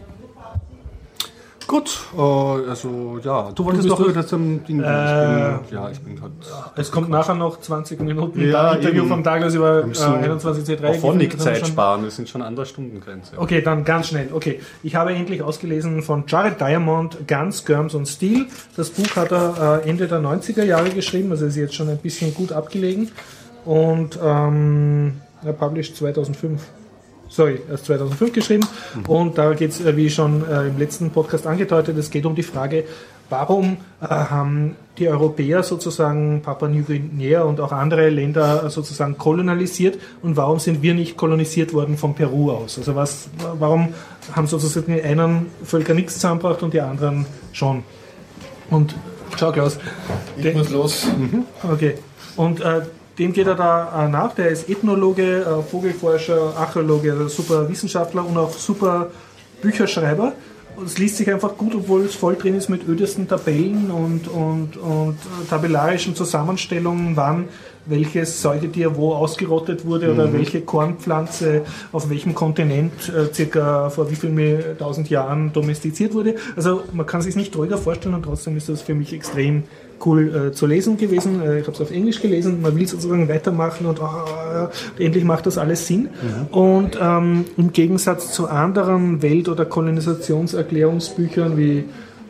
Gut, äh, also ja, du wolltest doch über das Ding. Äh, ja, ich bin halt. Es kommt nachher noch zwanzig Minuten ja, Interview eben. vom Douglas über äh, einundzwanzig C drei. Phonic-Zeit sparen, das sind schon andere Stundengrenze. Okay, dann ganz schnell. Okay, ich habe endlich ausgelesen von Jared Diamond, Guns, Germs und Steel. Das Buch hat er äh, Ende der neunziger Jahre geschrieben, also ist jetzt schon ein bisschen gut abgelegen. Und ähm, er published zweitausendfünf. Sorry, erst zweitausendfünf geschrieben. Mhm. Und da geht es, wie schon äh, im letzten Podcast angedeutet, es geht um die Frage, warum äh, haben die Europäer sozusagen Papua-Neuguinea und auch andere Länder sozusagen kolonialisiert und warum sind wir nicht kolonisiert worden von Peru aus? Also was, warum haben sozusagen die einen Völker nichts zusammengebracht und die anderen schon? Und schau Klaus. Ich den, muss los. Mhm. Okay. Und äh, dem geht er da äh, nach, der ist Ethnologe, äh, Vogelforscher, Archäologe, also super Wissenschaftler und auch super Bücherschreiber. Und es liest sich einfach gut, obwohl es voll drin ist mit ödesten Tabellen und, und, und tabellarischen Zusammenstellungen, wann welches Säugetier wo ausgerottet wurde oder mhm. welche Kornpflanze auf welchem Kontinent äh, circa vor wie vielen tausend Jahren domestiziert wurde. Also man kann sich nicht ruhiger vorstellen und trotzdem ist das für mich extrem cool äh, zu lesen gewesen. Äh, ich habe es auf Englisch gelesen, man will sozusagen weitermachen und oh, endlich macht das alles Sinn. Mhm. Und ähm, im Gegensatz zu anderen Welt- oder Kolonisationserklärungsbüchern wie,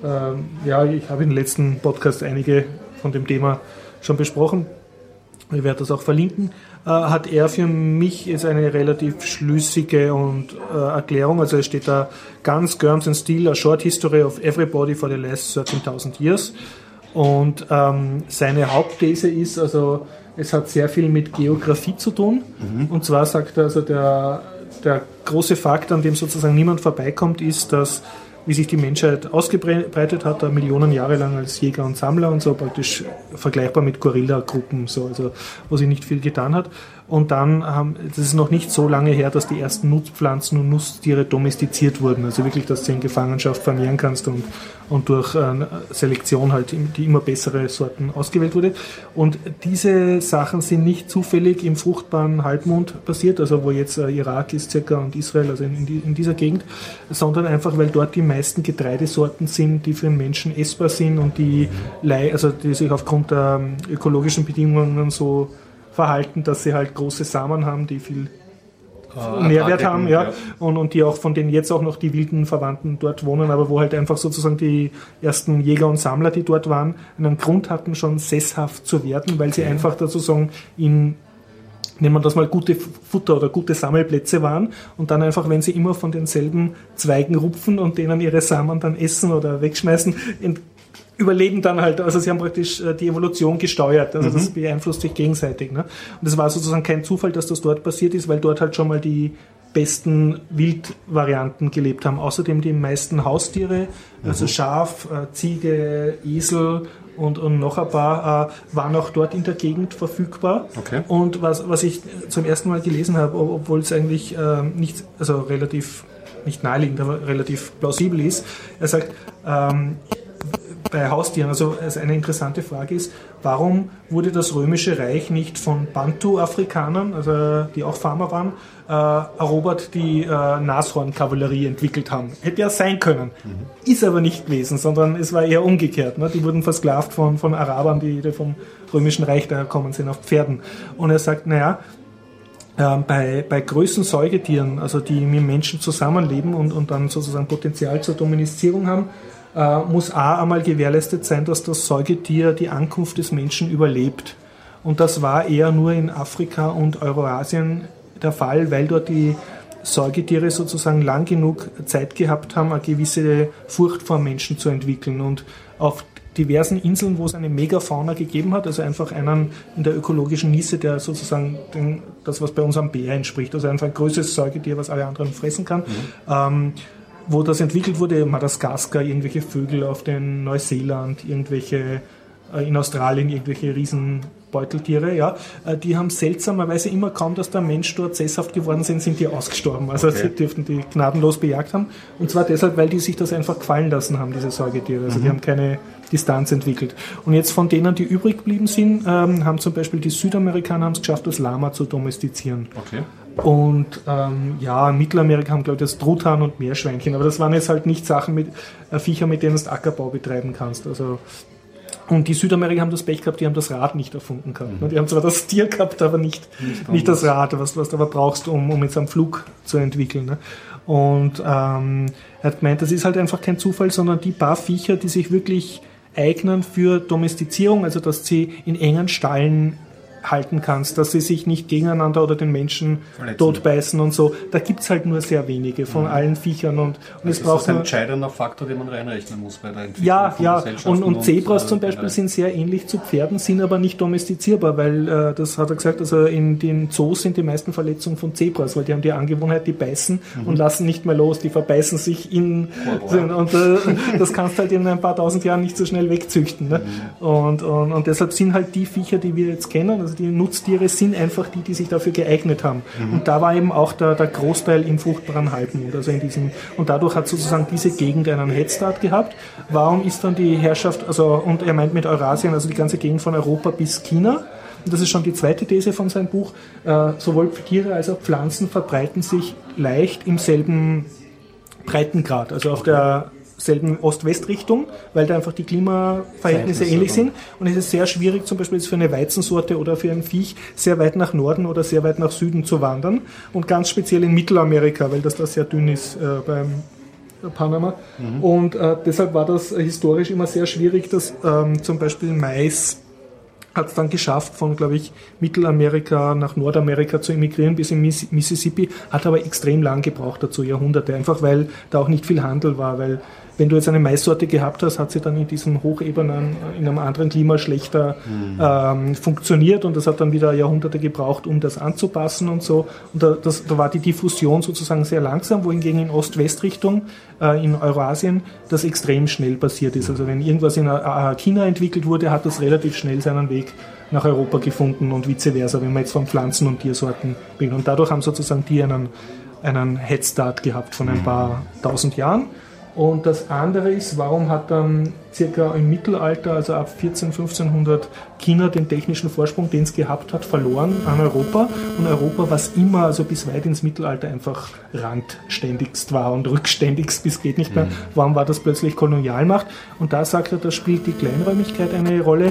äh, ja, ich habe im letzten Podcast einige von dem Thema schon besprochen, ich werde das auch verlinken, äh, hat er für mich jetzt eine relativ schlüssige und äh, Erklärung, also es steht da Guns, Germs and Steel, a short history of everybody for the last thirteen thousand years. Und ähm, seine Hauptthese ist, also es hat sehr viel mit Geografie zu tun. Mhm. Und zwar sagt er, also der, der große Fakt, an dem sozusagen niemand vorbeikommt, ist, dass wie sich die Menschheit ausgebreitet hat, da Millionen Jahre lang als Jäger und Sammler und so, praktisch vergleichbar mit Gorilla-Gruppen, so, also wo sich nicht viel getan hat. Und dann, ähm, das ist noch nicht so lange her, dass die ersten Nutzpflanzen und Nutztiere domestiziert wurden. Also wirklich, dass du in Gefangenschaft vermehren kannst und, und durch äh, Selektion halt die immer bessere Sorten ausgewählt wurde. Und diese Sachen sind nicht zufällig im fruchtbaren Halbmond passiert, also wo jetzt äh, Irak ist circa und Israel, also in, die, in dieser Gegend, sondern einfach, weil dort die meisten Getreidesorten sind, die für den Menschen essbar sind und die, also die sich aufgrund der ökologischen Bedingungen so verhalten, dass sie halt große Samen haben, die viel uh, Nährwert haben, ja, ja. Und, und die auch von denen jetzt auch noch die wilden Verwandten dort wohnen, aber wo halt einfach sozusagen die ersten Jäger und Sammler, die dort waren, einen Grund hatten, schon sesshaft zu werden, weil sie okay. einfach sozusagen in, nehmen wir das mal, gute Futter oder gute Sammelplätze waren und dann einfach, wenn sie immer von denselben Zweigen rupfen und denen ihre Samen dann essen oder wegschmeißen, ent- überleben dann halt, also sie haben praktisch die Evolution gesteuert, also mhm. das beeinflusst sich gegenseitig. Ne? Und es war sozusagen kein Zufall, dass das dort passiert ist, weil dort halt schon mal die besten Wildvarianten gelebt haben. Außerdem die meisten Haustiere, mhm. also Schaf, Ziege, Esel und, und noch ein paar, äh, waren auch dort in der Gegend verfügbar. Okay. Und was, was ich zum ersten Mal gelesen habe, obwohl es eigentlich äh, nicht, also relativ, nicht naheliegend, aber relativ plausibel ist, er sagt, ähm, bei Haustieren, also eine interessante Frage ist, warum wurde das Römische Reich nicht von Bantu-Afrikanern, also die auch Farmer waren, äh, erobert, die äh, Nashorn-Kavallerie entwickelt haben? Hätte ja sein können. Mhm. Ist aber nicht gewesen, sondern es war eher umgekehrt. Ne? Die wurden versklavt von, von Arabern, die, die vom Römischen Reich daher kommen sind, auf Pferden. Und er sagt, naja, äh, bei, bei größeren Säugetieren, also die mit Menschen zusammenleben und, und dann sozusagen Potenzial zur Domestizierung haben, Uh, muss A einmal gewährleistet sein, dass das Säugetier die Ankunft des Menschen überlebt. Und das war eher nur in Afrika und Eurasien der Fall, weil dort die Säugetiere sozusagen lang genug Zeit gehabt haben, eine gewisse Furcht vor Menschen zu entwickeln. Und auf diversen Inseln, wo es eine Megafauna gegeben hat, also einfach einen in der ökologischen Nisse, der sozusagen den, das, was bei uns am Bär entspricht, also einfach ein größeres Säugetier, was alle anderen fressen kann, mhm. ähm, wo das entwickelt wurde, Madagaskar, irgendwelche Vögel auf den Neuseeland, irgendwelche äh, in Australien, irgendwelche Riesenbeuteltiere, ja, äh, die haben seltsamerweise immer kaum, dass der Mensch dort sesshaft geworden sind, sind die ausgestorben. Also okay. sie dürften die gnadenlos bejagt haben. Und zwar deshalb, weil die sich das einfach gefallen lassen haben, diese Säugetiere. Also mhm. die haben keine Distanz entwickelt. Und jetzt von denen, die übrig geblieben sind, ähm, haben zum Beispiel die Südamerikaner haben es geschafft, das Lama zu domestizieren. Okay. Und ähm, ja, in Mittelamerika haben, glaube ich, das Truthahn und Meerschweinchen, aber das waren jetzt halt nicht Sachen mit äh, Viecher, mit denen du Ackerbau betreiben kannst. Also, und die Südamerikaner haben das Pech gehabt, die haben das Rad nicht erfunden gehabt. Mhm. Die haben zwar das Tier gehabt, aber nicht, nicht, nicht das Rad, was, was du aber brauchst, um, um jetzt einen Flug zu entwickeln. Ne? Und ähm, er hat gemeint, das ist halt einfach kein Zufall, sondern die paar Viecher, die sich wirklich eignen für Domestizierung, also dass sie in engen Stallen halten kannst, dass sie sich nicht gegeneinander oder den Menschen verletzen, totbeißen und so. Da gibt es halt nur sehr wenige von mhm. allen Viechern. Und, und es ist braucht das ein entscheidender Faktor, den man reinrechnen muss bei der Entwicklung ja, von ja. Gesellschaften. Und, und Zebras und, zum Beispiel äh, sind sehr ähnlich zu Pferden, sind aber nicht domestizierbar, weil, äh, das hat er gesagt, also in den Zoos sind die meisten Verletzungen von Zebras, weil die haben die Angewohnheit, die beißen mhm. und lassen nicht mehr los, die verbeißen sich in oh, wow. und äh, das kannst du halt in ein paar tausend Jahren nicht so schnell wegzüchten. Ne? Mhm. Und, und, und deshalb sind halt die Viecher, die wir jetzt kennen, Also die Nutztiere sind einfach die, die sich dafür geeignet haben. Mhm. Und da war eben auch der, der Großteil im fruchtbaren Halbmond. Also in diesem, und dadurch hat sozusagen diese Gegend einen Headstart gehabt. Warum ist dann die Herrschaft, also und er meint mit Eurasien, also die ganze Gegend von Europa bis China. Und das ist schon die zweite These von seinem Buch. Äh, sowohl Tiere als auch Pflanzen verbreiten sich leicht im selben Breitengrad, also auf der selben Ost-West-Richtung, weil da einfach die Klimaverhältnisse ähnlich sind. Und es ist sehr schwierig, zum Beispiel für eine Weizensorte oder für ein Viech sehr weit nach Norden oder sehr weit nach Süden zu wandern. Und ganz speziell in Mittelamerika, weil das da sehr dünn ist äh, beim Panama. Mhm. Und äh, deshalb war das historisch immer sehr schwierig, dass ähm, zum Beispiel Mais hat es dann geschafft, von, glaube ich, Mittelamerika nach Nordamerika zu emigrieren bis in Mississippi, hat aber extrem lang gebraucht dazu, Jahrhunderte, einfach weil da auch nicht viel Handel war, weil wenn du jetzt eine Maissorte gehabt hast, hat sie dann in diesen Hochebenen, in einem anderen Klima schlechter mhm. ähm, funktioniert und das hat dann wieder Jahrhunderte gebraucht, um das anzupassen und so. Und da, das, da war die Diffusion sozusagen sehr langsam, wohingegen in Ost-West-Richtung, äh, in Eurasien, das extrem schnell passiert ist. Also wenn irgendwas in äh, China entwickelt wurde, hat das relativ schnell seinen Weg nach Europa gefunden und vice versa, wenn man jetzt von Pflanzen- und Tiersorten will. Und dadurch haben sozusagen die einen, einen Headstart gehabt von ein paar tausend Jahren. Und das andere ist, warum hat dann circa im Mittelalter, also ab vierzehn-, fünfzehnhundert, China den technischen Vorsprung, den es gehabt hat, verloren an Europa. Und Europa, was immer, also bis weit ins Mittelalter einfach randständigst war und rückständigst bis geht nicht mehr, mhm. warum war das plötzlich Kolonialmacht? Und da sagt er, da spielt die Kleinräumigkeit eine Rolle.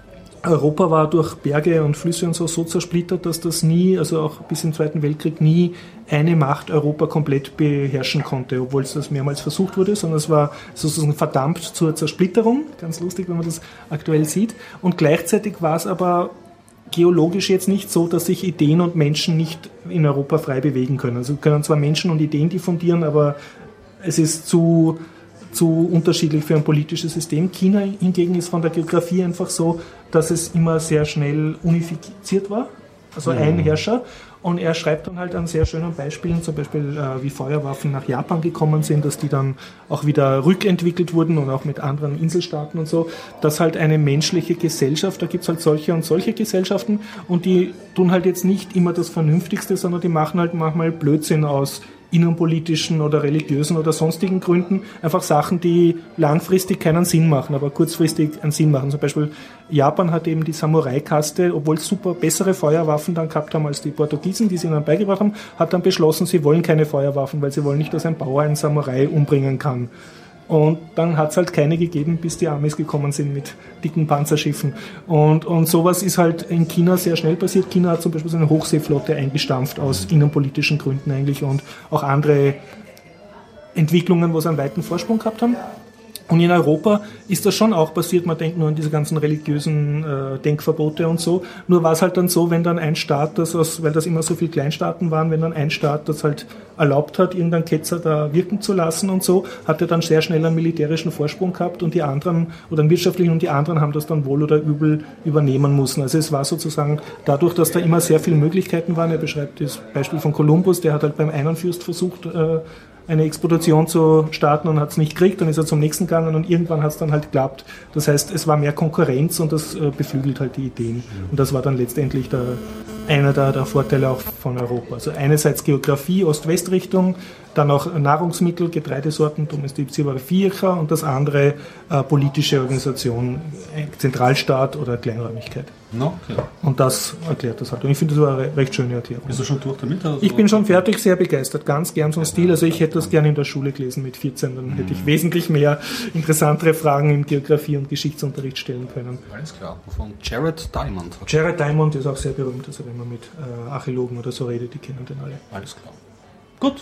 Europa war durch Berge und Flüsse und so so zersplittert, dass das nie, also auch bis im Zweiten Weltkrieg, nie eine Macht Europa komplett beherrschen konnte, obwohl es das mehrmals versucht wurde, sondern es war sozusagen verdammt zur Zersplitterung. Ganz lustig, wenn man das aktuell sieht. Und gleichzeitig war es aber geologisch jetzt nicht so, dass sich Ideen und Menschen nicht in Europa frei bewegen können. Also können zwar Menschen und Ideen diffundieren, aber es ist zu... zu unterschiedlich für ein politisches System. China hingegen ist von der Geografie einfach so, dass es immer sehr schnell unifiziert war, also mhm. ein Herrscher. Und er schreibt dann halt an sehr schönen Beispielen, zum Beispiel äh, wie Feuerwaffen nach Japan gekommen sind, dass die dann auch wieder rückentwickelt wurden und auch mit anderen Inselstaaten und so, dass halt eine menschliche Gesellschaft, da gibt es halt solche und solche Gesellschaften und die tun halt jetzt nicht immer das Vernünftigste, sondern die machen halt manchmal Blödsinn aus innenpolitischen oder religiösen oder sonstigen Gründen, einfach Sachen, die langfristig keinen Sinn machen, aber kurzfristig einen Sinn machen. Zum Beispiel Japan hat eben die Samurai-Kaste, obwohl es super bessere Feuerwaffen dann gehabt haben als die Portugiesen, die sie ihnen beigebracht haben, hat dann beschlossen, sie wollen keine Feuerwaffen, weil sie wollen nicht, dass ein Bauer einen Samurai umbringen kann. Und dann hat es halt keine gegeben, bis die Amis gekommen sind mit dicken Panzerschiffen. Und, und sowas ist halt in China sehr schnell passiert. China hat zum Beispiel so eine Hochseeflotte eingestampft aus innenpolitischen Gründen eigentlich und auch andere Entwicklungen, wo sie einen weiten Vorsprung gehabt haben. Und in Europa ist das schon auch passiert, man denkt nur an diese ganzen religiösen äh, Denkverbote und so. Nur war es halt dann so, wenn dann ein Staat, das aus, weil das immer so viele Kleinstaaten waren, wenn dann ein Staat das halt erlaubt hat, irgendeinen Ketzer da wirken zu lassen und so, hat er dann sehr schnell einen militärischen Vorsprung gehabt und die anderen, oder einen wirtschaftlichen, und die anderen haben das dann wohl oder übel übernehmen müssen. Also es war sozusagen dadurch, dass da immer sehr viele Möglichkeiten waren. Er beschreibt das Beispiel von Kolumbus, der hat halt beim einen Fürst versucht, äh, eine Expedition zu starten und hat es nicht gekriegt, dann ist er zum nächsten gegangen und irgendwann hat es dann halt geklappt. Das heißt, es war mehr Konkurrenz und das äh, beflügelt halt die Ideen. Und das war dann letztendlich der, einer der, der Vorteile auch von Europa. Also einerseits Geografie, Ost-West-Richtung, dann auch Nahrungsmittel, Getreidesorten, domestizierbare Viecher und das andere äh, politische Organisation, Zentralstaat oder Kleinräumigkeit. No, ja. Und das erklärt das halt. Und ich finde, das war eine recht schöne Erklärung. Bist du schon durch damit? Also ich bin schon fertig, sehr begeistert, ganz gern so ein Stil. Also ich hätte das gerne in der Schule gelesen mit vierzehn, dann hätte ich wesentlich mehr interessantere Fragen im Geografie- und Geschichtsunterricht stellen können. Alles klar. Von Jared Diamond. Jared Diamond ist auch sehr berühmt, also wenn man mit äh, Archäologen oder so redet, die kennen den alle. Alles klar. Gut.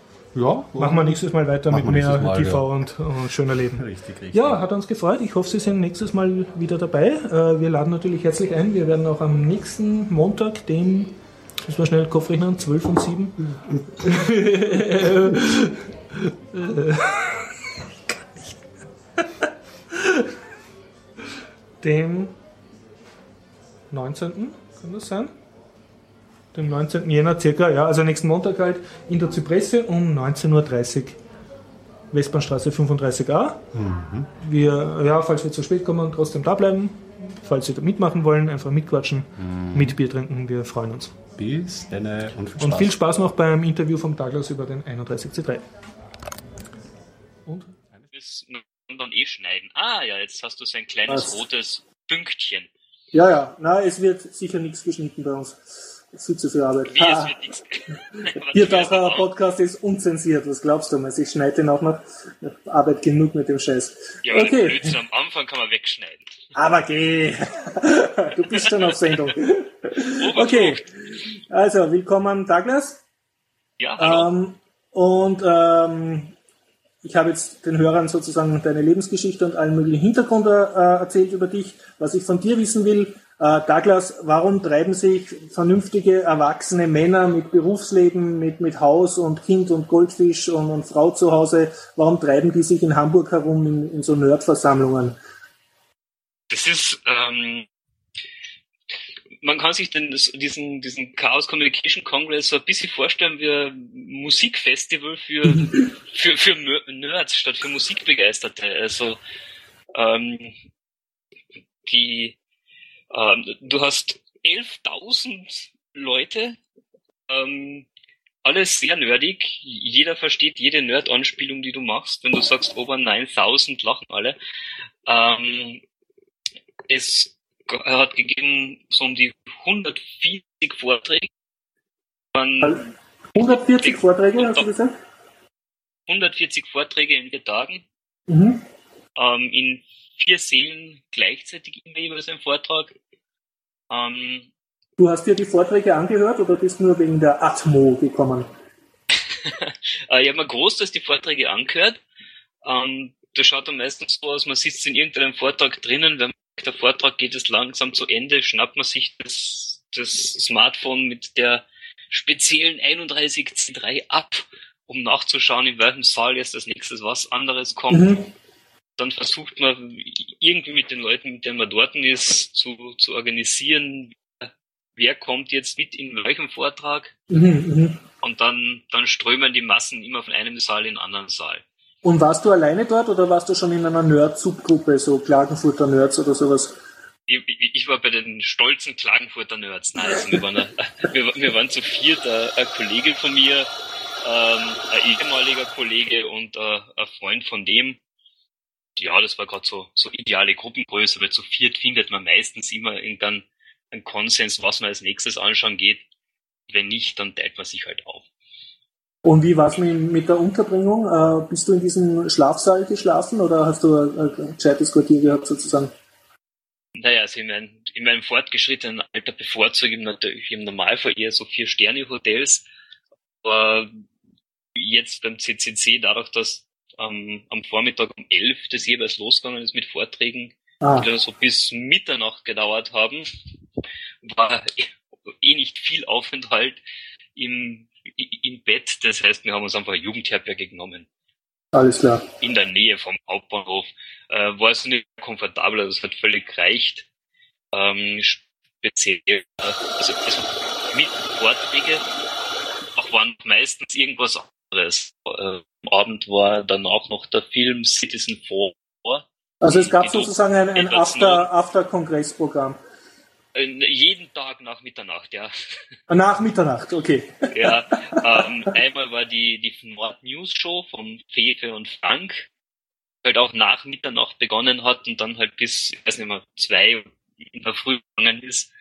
Ja, machen wir nächstes Mal weiter mit mehr Mal, T V ja. und, und schöner Leben. Richtig, richtig. Ja, hat uns gefreut. Ich hoffe, Sie sind nächstes Mal wieder dabei. Wir laden natürlich herzlich ein. Wir werden auch am nächsten Montag, den, müssen wir schnell den Kopf rechnen, zwölf und sieben. Dem neunzehnten kann das sein? Dem neunzehnten Jänner circa, ja, also nächsten Montag halt in der Zypresse um neunzehn Uhr dreißig. Westbahnstraße fünfunddreißig a. Mhm. Wir, ja, falls wir zu spät kommen, trotzdem da bleiben. falls Sie da mitmachen wollen, einfach mitquatschen, mm. mit Bier trinken, wir freuen uns. Bis dann und viel Spaß. Und viel Spaß noch beim Interview vom Douglas über den einunddreißig C drei. Und? Das dann eh schneiden. Ah ja, jetzt hast du so ein kleines Was? rotes Pünktchen. Ja, ja, na, es wird sicher nichts geschnitten bei uns. Viel zu viel Arbeit. Wie, es wird nichts. Biertaucher Podcast ist unzensiert, was glaubst du mal? Ich schneide den auch noch. Arbeit genug mit dem Scheiß. Ja, aber okay. Blödsinn, am Anfang kann man wegschneiden. Aber geh! Du bist schon auf Sendung. Okay, also willkommen Douglas. Ja, hallo. Ähm, und ähm, ich habe jetzt den Hörern sozusagen deine Lebensgeschichte und allen möglichen Hintergrund äh, erzählt über dich. Was ich von dir wissen will, äh, Douglas, warum treiben sich vernünftige, erwachsene Männer mit Berufsleben, mit, mit Haus und Kind und Goldfisch und, und Frau zu Hause, warum treiben die sich in Hamburg herum in, in so Nerdversammlungen? Das ist, ähm, man kann sich den, diesen, diesen Chaos Communication Congress so ein bisschen vorstellen wie ein Musikfestival für, für, für Nerds statt für Musikbegeisterte. Also, ähm, die, ähm, du hast elftausend Leute, ähm, alles sehr nerdig. Jeder versteht jede Nerd-Anspielung, die du machst. Wenn du sagst, over neuntausend lachen alle. Ähm, es hat gegeben so um die hundertvierzig Vorträge. Man hundertvierzig Vorträge, hast du gesagt? hundertvierzig Vorträge in vier Tagen. Mhm. Ähm, in vier Sälen gleichzeitig immer jeweils ein Vortrag. Ähm, du hast dir die Vorträge angehört oder bist nur wegen der Atmo gekommen? äh, ich habe mir großteils die Vorträge angehört. Ähm, das schaut dann meistens so aus, man sitzt in irgendeinem Vortrag drinnen, wenn der Vortrag geht es langsam zu Ende, schnappt man sich das, das Smartphone mit der speziellen einunddreißig C drei ab, um nachzuschauen, in welchem Saal jetzt als nächstes was anderes kommt. Mhm. Dann versucht man irgendwie mit den Leuten, mit denen man dort ist, zu, zu organisieren, wer kommt jetzt mit in welchem Vortrag. Mhm, und dann, dann strömen die Massen immer von einem Saal in den anderen Saal. Und warst du alleine dort oder warst du schon in einer Nerd-Subgruppe, so Klagenfurter Nerds oder sowas? Ich, ich, ich war bei den stolzen Klagenfurter Nerds. Nein, also wir, waren a, wir, wir waren zu viert, ein, ein Kollege von mir, ähm, ein ehemaliger Kollege und äh, ein Freund von dem. Ja, das war gerade so, so ideale Gruppengröße, weil zu viert findet man meistens immer irgendeinen einen Konsens, was man als nächstes anschauen geht. Wenn nicht, dann teilt man sich halt auf. Und wie war es mit, mit der Unterbringung? Äh, bist du in diesem Schlafsaal geschlafen oder hast du ein, ein gescheites Quartier gehabt sozusagen? Naja, also in, mein, in meinem fortgeschrittenen Alter bevorzuge ich natürlich im Normalfall eher so Vier-Sterne-Hotels. Aber jetzt beim C C C, dadurch, dass ähm, am Vormittag um elf das jeweils losgegangen ist mit Vorträgen, ah. die dann so bis Mitternacht gedauert haben, war eh nicht viel Aufenthalt im im Bett, das heißt, wir haben uns einfach eine Jugendherberge genommen. Alles klar. In der Nähe vom Hauptbahnhof. Äh, war es nicht komfortabel, also es hat völlig gereicht. Ähm, speziell, äh, also, also mit Vorträge, auch waren meistens irgendwas anderes. Äh, am Abend war dann auch noch der Film Citizen Four. Also es gab sozusagen ein, ein After, After-Kongressprogramm. Jeden Tag nach Mitternacht, ja. Nach Mitternacht, okay. Ja, ähm, einmal war die, die Nord News Show von Fefe und Frank, halt auch nach Mitternacht begonnen hat und dann halt bis, ich weiß nicht mehr, zwei in der Früh gegangen ist.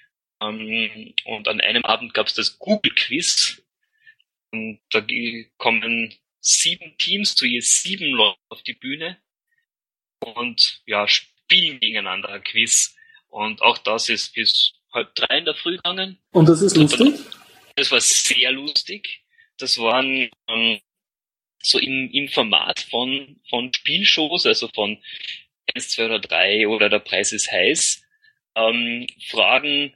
Ähm, und an einem Abend gab es das Google Quiz. Und da kommen sieben Teams zu je sieben Leuten auf die Bühne und ja, spielen gegeneinander ein Quiz. Und auch das ist bis halb drei in der Früh gegangen. Und das ist lustig? Das war sehr lustig. Das waren ähm, so im, im Format von, von Spielshows, also von eins, zwei oder drei oder der Preis ist heiß, ähm, Fragen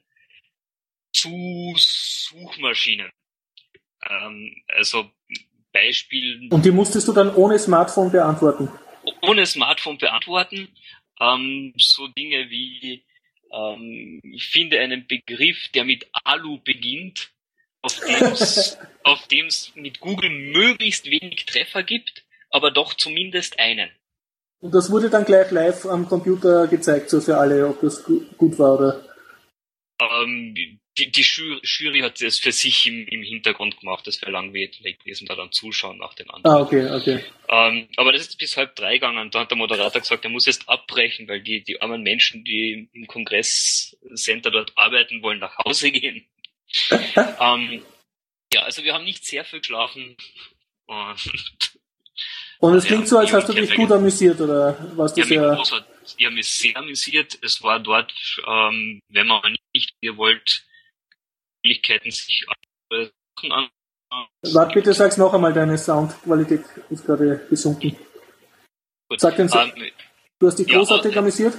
zu Suchmaschinen. Ähm, also Beispiel. Und die musstest du dann ohne Smartphone beantworten? Ohne Smartphone beantworten. Ähm, so Dinge wie Ähm, ich finde einen Begriff, der mit Alu beginnt, auf dem's, auf dem's mit Google möglichst wenig Treffer gibt, aber doch zumindest einen. Und das wurde dann gleich live am Computer gezeigt, so für alle, ob das gu- gut war, oder? Ähm, die, die Jury, Jury hat das für sich im, im Hintergrund gemacht, das wäre langweilig gewesen, da dann zuschauen nach den anderen. Ah, okay, okay. Ähm, aber das ist bis halb drei gegangen, da hat der Moderator gesagt, er muss jetzt abbrechen, weil die, die armen Menschen, die im Kongresscenter dort arbeiten wollen, nach Hause gehen. ähm, ja, also wir haben nicht sehr viel geschlafen. Und Und es ja, klingt so, als hast du dich gut amüsiert, oder was ja, das mich ja... großartig. Ich habe mich sehr amüsiert. Es war dort, ähm, wenn man nicht, ihr wollt, Möglichkeiten, sich andere Sachen an. Warte, bitte sag's noch einmal, deine Soundqualität ist gerade gesunken. Gut. Sag den, Ähm, du hast dich ja, großartig äh, amüsiert?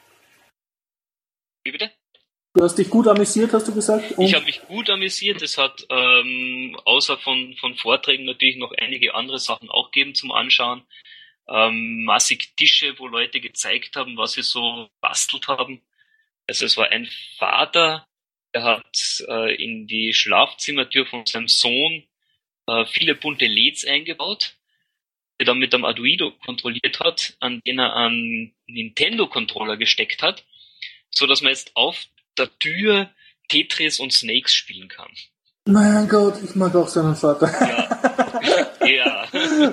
wie bitte? Du hast dich gut amüsiert, hast du gesagt? Und Ich habe mich gut amüsiert. Es hat ähm, außer von, von Vorträgen natürlich noch einige andere Sachen auch gegeben zum Anschauen. Ähm, massig Tische, wo Leute gezeigt haben, was sie so bastelt haben. Also es war ein Vater, der hat äh, in die Schlafzimmertür von seinem Sohn äh, viele bunte L E Ds eingebaut, die er dann mit einem Arduino kontrolliert hat, an den er einen Nintendo-Controller gesteckt hat, so dass man jetzt auf der Tür Tetris und Snakes spielen kann. mein Gott, ich mag auch seinen Vater. Ja, ja.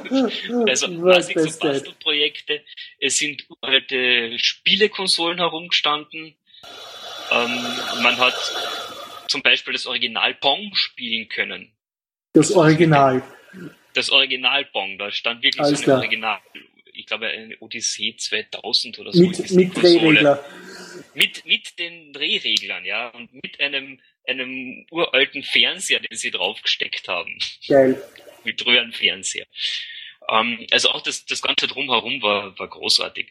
Also Was massig so Beste. Bastelprojekte. Es sind uralte Spielekonsolen herumgestanden. Ähm, man hat zum Beispiel das Original Pong spielen können. Das Original. Das Original Pong, da stand wirklich Alles so eine klar. Original, ich glaube eine Odyssee zweitausend oder so. Mit, ist die mit Konsole. Drehregler. Mit, mit den Drehreglern, ja, und mit einem, einem uralten Fernseher, den sie draufgesteckt haben. Geil. Mit Röhrenfernseher. Ähm, also auch das, das Ganze drumherum war, war großartig.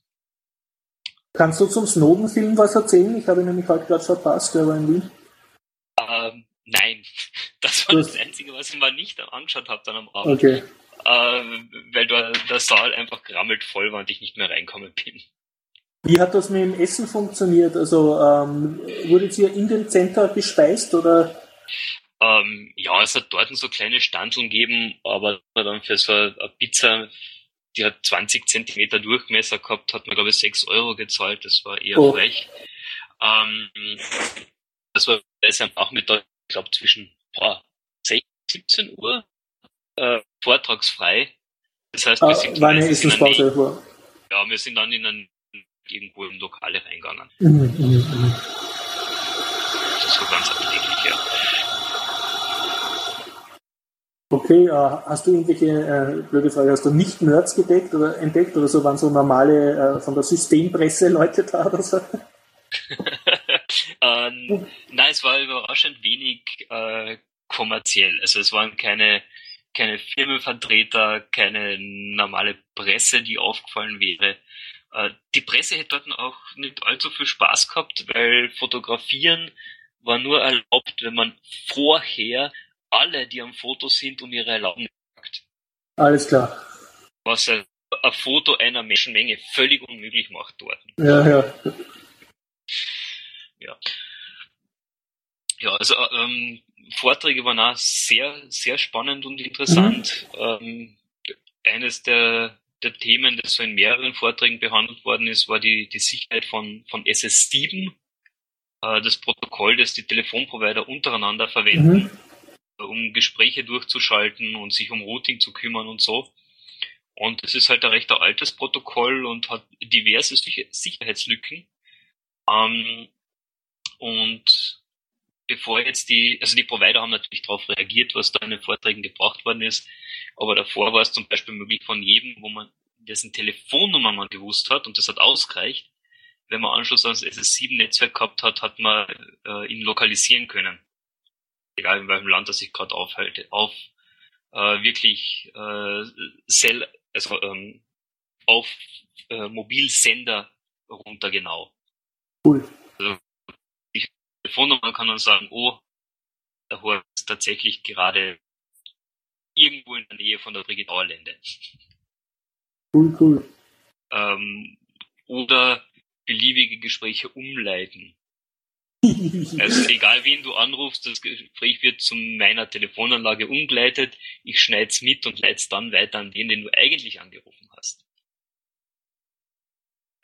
Kannst du zum Snowden-Film was erzählen? Ich habe ihn nämlich heute gerade verpasst, der war in Wien. Ähm, nein, das war Das- das Einzige, was ich mir nicht angeschaut habe dann am Abend. Okay. Ähm, weil der, der Saal einfach gerammelt voll war und ich nicht mehr reinkommen bin. Wie hat das mit dem Essen funktioniert? Also, ähm, wurdet ihr in dem Center gespeist, oder? Ähm, ja, es hat dort so kleine Standeln gegeben, aber dann für so eine Pizza, die hat zwanzig Zentimeter Durchmesser gehabt, hat man glaube ich sechs Euro gezahlt, das war eher Oh. frech. Ähm, das war das am Nachmittag, ich glaube zwischen boah, sechzehn, siebzehn Uhr, äh, vortragsfrei. Das heißt, wir Ah, sind war eine meistens in Essenspause. eine, War. ja, wir sind dann in ein, irgendwo in Lokale reingegangen. Mhm, mhm, mhm. Das war ganz alltäglich, ja. Okay, äh, hast du irgendwelche, äh, blöde Frage, hast du nicht Nerds gedeckt oder entdeckt oder so, waren so normale äh, von der Systempresse Leute da oder so? ähm, nein, es war überraschend wenig äh, kommerziell. Also es waren keine, keine Firmenvertreter, keine normale Presse, die aufgefallen wäre. Äh, die Presse hätte dort auch nicht allzu viel Spaß gehabt, weil Fotografieren war nur erlaubt, wenn man vorher alle, die am Foto sind, um ihre Erlaubnis fragt. Alles klar. Was ein, ein Foto einer Menschenmenge völlig unmöglich macht dort. Ja, ja. Ja. Ja, also ähm, Vorträge waren auch sehr, sehr spannend und interessant. Mhm. Ähm, eines der, der Themen, das so in mehreren Vorträgen behandelt worden ist, war die, die Sicherheit von, von S S sieben, äh, das Protokoll, das die Telefonprovider untereinander verwenden, mhm. um Gespräche durchzuschalten und sich um Routing zu kümmern und so. Und es ist halt ein recht altes Protokoll und hat diverse Sicher- Sicherheitslücken. Ähm, und bevor jetzt die, also die Provider haben natürlich darauf reagiert, was da in den Vorträgen gebracht worden ist, aber davor war es zum Beispiel möglich von jedem, wo man dessen Telefonnummer man gewusst hat, und das hat ausgereicht, wenn man Anschluss an das S S sieben Netzwerk gehabt hat, hat man äh, ihn lokalisieren können. Egal in welchem Land er sich gerade aufhält, auf äh, wirklich äh, Cell, also ähm, auf äh, Mobilsender runter genau. Cool. Also die Telefonnummer kann dann sagen, oh, der Horst ist tatsächlich gerade irgendwo in der Nähe von der Brigitte Auerlände. Cool, cool. Ähm, oder beliebige Gespräche umleiten. Also egal wen du anrufst, das Gespräch wird zu meiner Telefonanlage umgeleitet, ich schneide es mit und leite es dann weiter an den, den du eigentlich angerufen hast.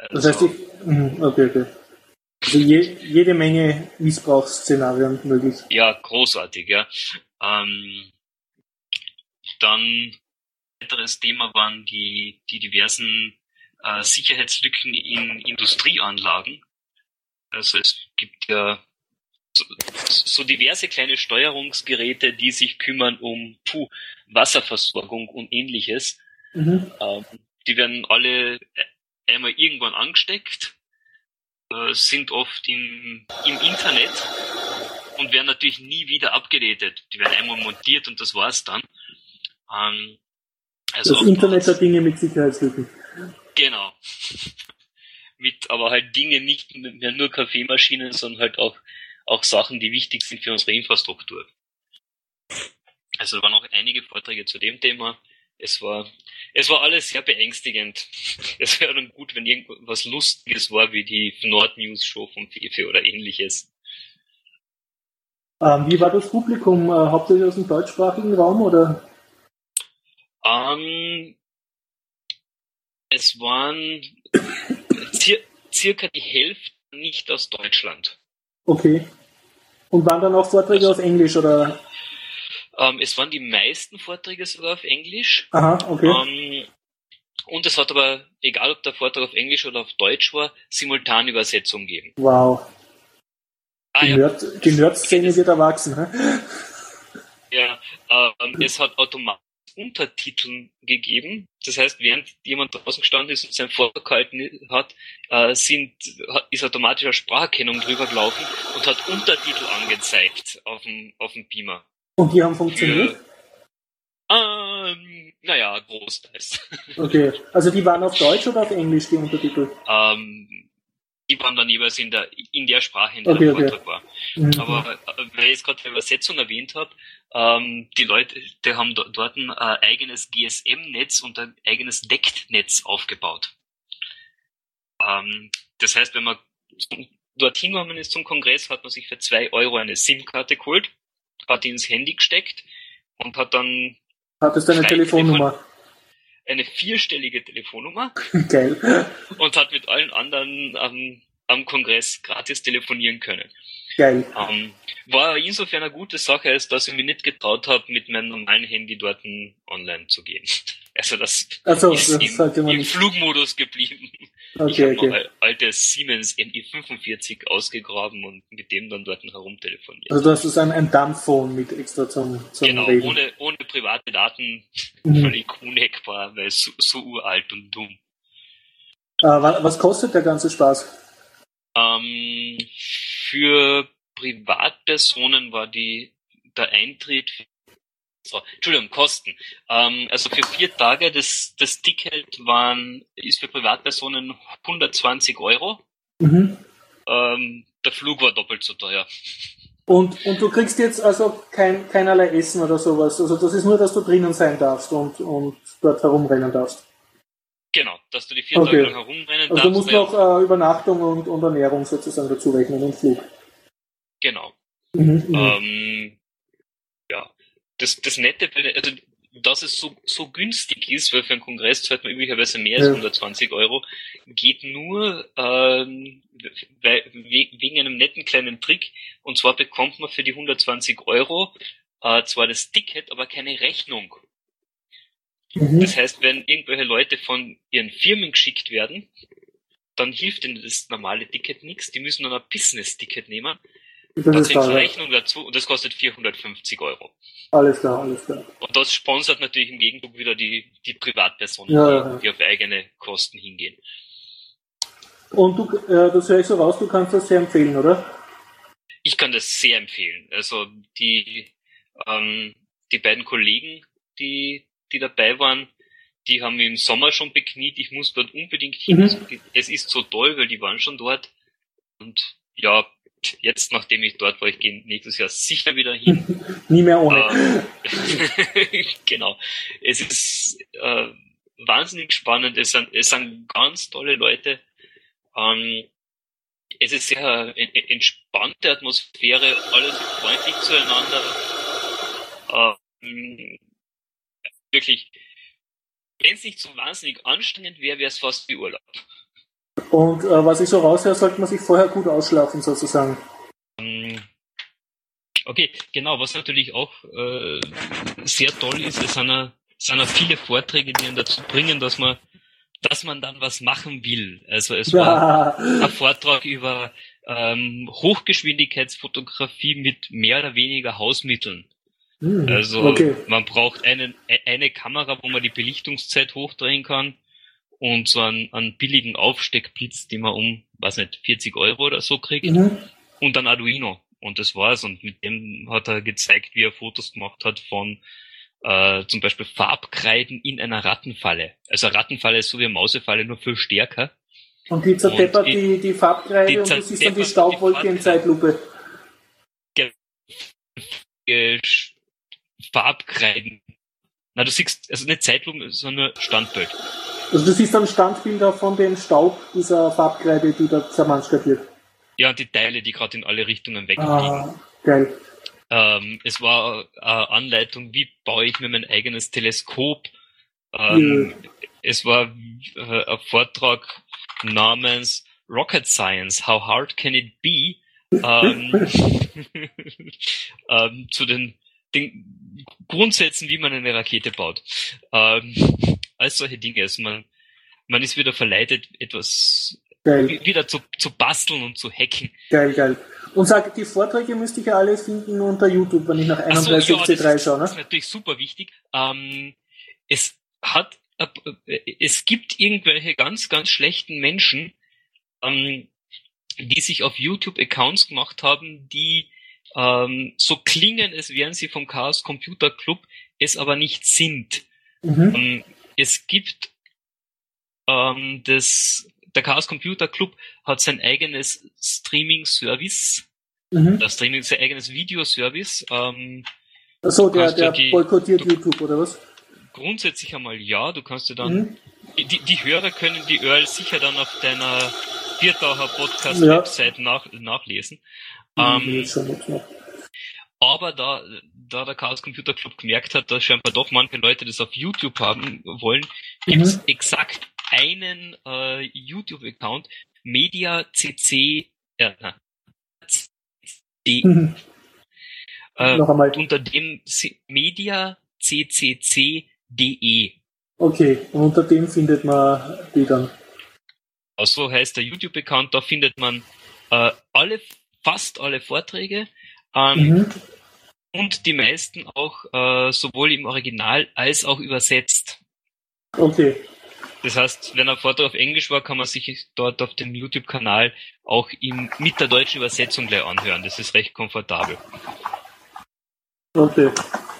Das heißt, ich, okay, okay. Also je, jede Menge Missbrauchsszenarien möglich. Ja, großartig, ja. Ähm, dann ein weiteres Thema waren die, die diversen äh, Sicherheitslücken in Industrieanlagen. Also es gibt ja so, so diverse kleine Steuerungsgeräte, die sich kümmern um puh, Wasserversorgung und ähnliches. Mhm. Ähm, die werden alle einmal irgendwann angesteckt, äh, sind oft im, im Internet und werden natürlich nie wieder abgedatet. Die werden einmal montiert und das war's dann. Ähm, also das Internet hat Dinge mit Sicherheitslücken. Genau. Mit aber halt Dinge nicht mehr nur Kaffeemaschinen, sondern halt auch, auch Sachen, die wichtig sind für unsere Infrastruktur. Also da waren auch einige Vorträge zu dem Thema. Es war, es war alles sehr beängstigend. Es wäre dann gut, wenn irgendwas Lustiges war, wie die Nord-News-Show vom Fefe oder ähnliches. Ähm, wie war das Publikum? Äh, hauptsächlich aus dem deutschsprachigen Raum, oder? Ähm, es waren cir- circa die Hälfte nicht aus Deutschland. Okay. Und waren dann auch Vorträge also, auf Englisch, oder? Ähm, es waren die meisten Vorträge sogar auf Englisch. Aha, okay. Ähm, und es hat aber, egal ob der Vortrag auf Englisch oder auf Deutsch war, Simultanübersetzung gegeben. Wow. Ah, die ja. Nerd, die Nerd-Szene wird erwachsen, hä? Ja, ähm, es hat automatisch Untertiteln gegeben. Das heißt, während jemand draußen gestanden ist und seinen Vortrag gehalten hat, äh, sind, ist automatisch eine Spracherkennung drüber gelaufen und hat Untertitel angezeigt auf dem, auf dem Beamer. Und die haben funktioniert? Für, ähm, naja, großteils. Okay, also die waren auf Deutsch oder auf Englisch, die Untertitel? Ähm, die waren dann jeweils in der, in der Sprache, in der okay, der okay. Vortrag war. Mhm. Aber äh, weil ich jetzt gerade die Übersetzung erwähnt habe, ähm, die Leute, die haben do, dort ein äh, eigenes G S M-Netz und ein eigenes D E C T-Netz aufgebaut. Ähm, das heißt, wenn man dorthin gekommen ist zum Kongress, hat man sich für zwei Euro eine SIM-Karte geholt, hat die ins Handy gesteckt und hat dann Hattest du eine Telefonnummer? Telefon- eine vierstellige Telefonnummer. Geil. Und hat mit allen anderen am, am Kongress gratis telefonieren können. Geil. Ähm, war insofern eine gute Sache, als dass ich mich nicht getraut habe, mit meinem normalen Handy dort online zu gehen. Also das so, ist das im, im nicht. Flugmodus geblieben. Okay, ich habe okay. mal alte Siemens M I fünfundvierzig ausgegraben und mit dem dann dort herumtelefoniert. Also das ist ein, ein Dumbphone mit extra zum, zum genau, Reden. ohne, ohne private Daten, mhm. völlig unhackbar, weil so, so uralt und dumm. Äh, was kostet der ganze Spaß? Ähm, für Privatpersonen war die der Eintritt, so, Entschuldigung, Kosten. Ähm, also für vier Tage das, das Ticket waren, ist für Privatpersonen hundertzwanzig Euro. Mhm. Ähm, der Flug war doppelt so teuer. Und, und du kriegst jetzt also kein, keinerlei Essen oder sowas. Also das ist nur, dass du drinnen sein darfst und, und dort herumrennen darfst. Genau, dass du die vier okay. Tage lang herumrennen also darfst. Also du musst noch äh, Übernachtung und, und Ernährung sozusagen dazu rechnen und Flug. Genau. Mhm, ähm, ja, das, das Nette, also dass es so, so günstig ist, weil für einen Kongress zahlt man üblicherweise mehr als ja. hundertzwanzig Euro, geht nur ähm, weil, wegen einem netten kleinen Trick. Und zwar bekommt man für die hundertzwanzig Euro äh, zwar das Ticket, aber keine Rechnung. Mhm. Das heißt, wenn irgendwelche Leute von ihren Firmen geschickt werden, dann hilft ihnen das normale Ticket nichts. Die müssen dann ein Business-Ticket nehmen. Das da ist kriegst du eine Rechnung dazu und das kostet vierhundertfünfzig Euro. Alles klar, alles klar. Und das sponsert natürlich im Gegenzug wieder die, die Privatpersonen, ja, die, ja. die auf eigene Kosten hingehen. Und du, äh, das höre ich so raus, du kannst das sehr empfehlen, oder? Ich kann das sehr empfehlen. Also die, ähm, die beiden Kollegen, die, die dabei waren, die haben mich im Sommer schon bekniet, ich muss dort unbedingt hin. Mhm. Es ist so toll, weil die waren schon dort. Und ja, jetzt, nachdem ich dort war, ich gehe nächstes Jahr sicher wieder hin. Nie mehr ohne. Äh, genau. Es ist äh, wahnsinnig spannend. Es sind, es sind ganz tolle Leute. Ähm, es ist sehr äh, entspannte Atmosphäre, alles freundlich zueinander. Ähm, wirklich, wenn es nicht so wahnsinnig anstrengend wäre, wäre es fast wie Urlaub. Und äh, was ich so raushöre, sollte man sich vorher gut ausschlafen, sozusagen. Okay, genau, was natürlich auch äh, sehr toll ist, es sind ja, sind ja viele Vorträge, die einen dazu bringen, dass man dass man dann was machen will. Also es war ja. ein Vortrag über ähm, Hochgeschwindigkeitsfotografie mit mehr oder weniger Hausmitteln. Hm, also okay. Man braucht einen, eine Kamera, wo man die Belichtungszeit hochdrehen kann und so einen, einen billigen Aufsteckblitz, den man um, weiß nicht, vierzig Euro oder so kriegt mhm. und ein Arduino. Und das war's. Und mit dem hat er gezeigt, wie er Fotos gemacht hat von äh, zum Beispiel Farbkreiden in einer Rattenfalle. Also eine Rattenfalle ist so wie eine Mausefalle, nur viel stärker. Und die zerteppert die, die Farbkreide die und du siehst dann die Staubwolke in Zeitlupe. Farbkreiden. Na, du siehst, also nicht Zeitlupe, sondern Standbild. Also du siehst dann Standbilder von dem Staub dieser Farbkreide, die da zermanscht wird. Ja, die Teile, die gerade in alle Richtungen wegfliegen. Ah, geil. Ähm, es war eine Anleitung, wie baue ich mir mein eigenes Teleskop. Ähm, ja. Es war äh, ein Vortrag namens Rocket Science, How Hard Can It Be? Ähm, ähm, zu den, den Grundsätzen, wie man eine Rakete baut. Ähm, all solche Dinge. Also man, man ist wieder verleitet, etwas geil. wieder zu, zu basteln und zu hacken. Geil, geil. Und sag, die Vorträge müsste ich ja alle finden unter YouTube, wenn ich nach einunddreißig C drei schaue, ne? Das ist natürlich super wichtig. Ähm, es hat, äh, es gibt irgendwelche ganz, ganz schlechten Menschen, ähm, die sich auf YouTube Accounts gemacht haben, die ähm, so klingen, als wären sie vom Chaos Computer Club, es aber nicht sind. Mhm. Ähm, es gibt ähm, das Der Chaos Computer Club hat sein eigenes Streaming-Service, mhm. das Streaming, sein eigenes Videoservice. Ähm, Achso, der, der die, boykottiert du, YouTube, oder was? Grundsätzlich einmal ja, du kannst dir dann, mhm. die, die Hörer können die U R L sicher dann auf deiner Viertaucher Podcast-Website ja. nach, nachlesen. Mhm, ähm, aber da, da der Chaos Computer Club gemerkt hat, dass scheinbar doch manche Leute das auf YouTube haben wollen, gibt es mhm. exakt einen äh, YouTube-Account, Media C C, äh, C, mhm. äh, Noch einmal. unter dem C- Media C C C D E. Okay, und unter dem findet man die dann. So heißt der YouTube-Account, da findet man äh, alle, fast alle Vorträge ähm, mhm. und die meisten auch äh, sowohl im Original als auch übersetzt. Okay. Das heißt, wenn ein Vortrag auf Englisch war, kann man sich dort auf dem YouTube-Kanal auch in, mit der deutschen Übersetzung gleich anhören. Das ist recht komfortabel. Okay.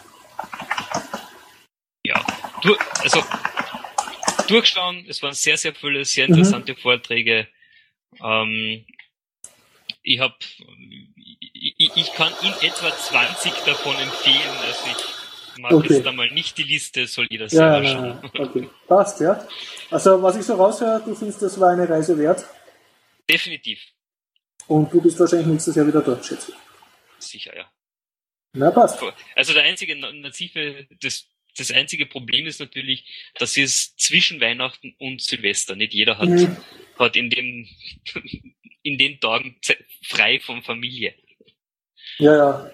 Ja, du, also durchschauen, es waren sehr, sehr viele, sehr interessante mhm. Vorträge. Ähm, ich habe, ich, ich kann in etwa zwanzig davon empfehlen, also ich mache okay. jetzt einmal nicht die Liste, soll jeder selber ja, schauen. Ja, okay, passt, ja. Also, was ich so raushöre, du findest, das war eine Reise wert? Definitiv. Und du bist wahrscheinlich nächstes Jahr wieder dort, schätze ich. Sicher, ja. Na, passt. Also, der einzige native, das, das einzige Problem ist natürlich, das ist zwischen Weihnachten und Silvester. Nicht jeder hat, mhm. hat in dem, in den Tagen frei von Familie. Ja, ja.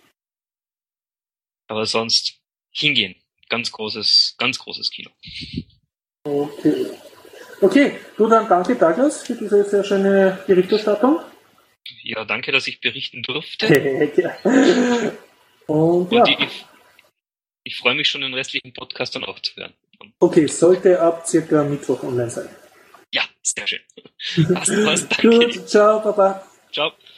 Aber sonst hingehen. Ganz großes, ganz großes Kino. Okay. Okay, du dann danke Douglas für diese sehr schöne Berichterstattung. Ja, danke, dass ich berichten durfte. Und, Und ja. ich, ich freue mich schon, den restlichen Podcast dann auch zu hören. Okay, sollte ab circa Mittwoch online sein. Ja, sehr schön. Passt, passt, danke. Gut, ciao, Papa. Ciao.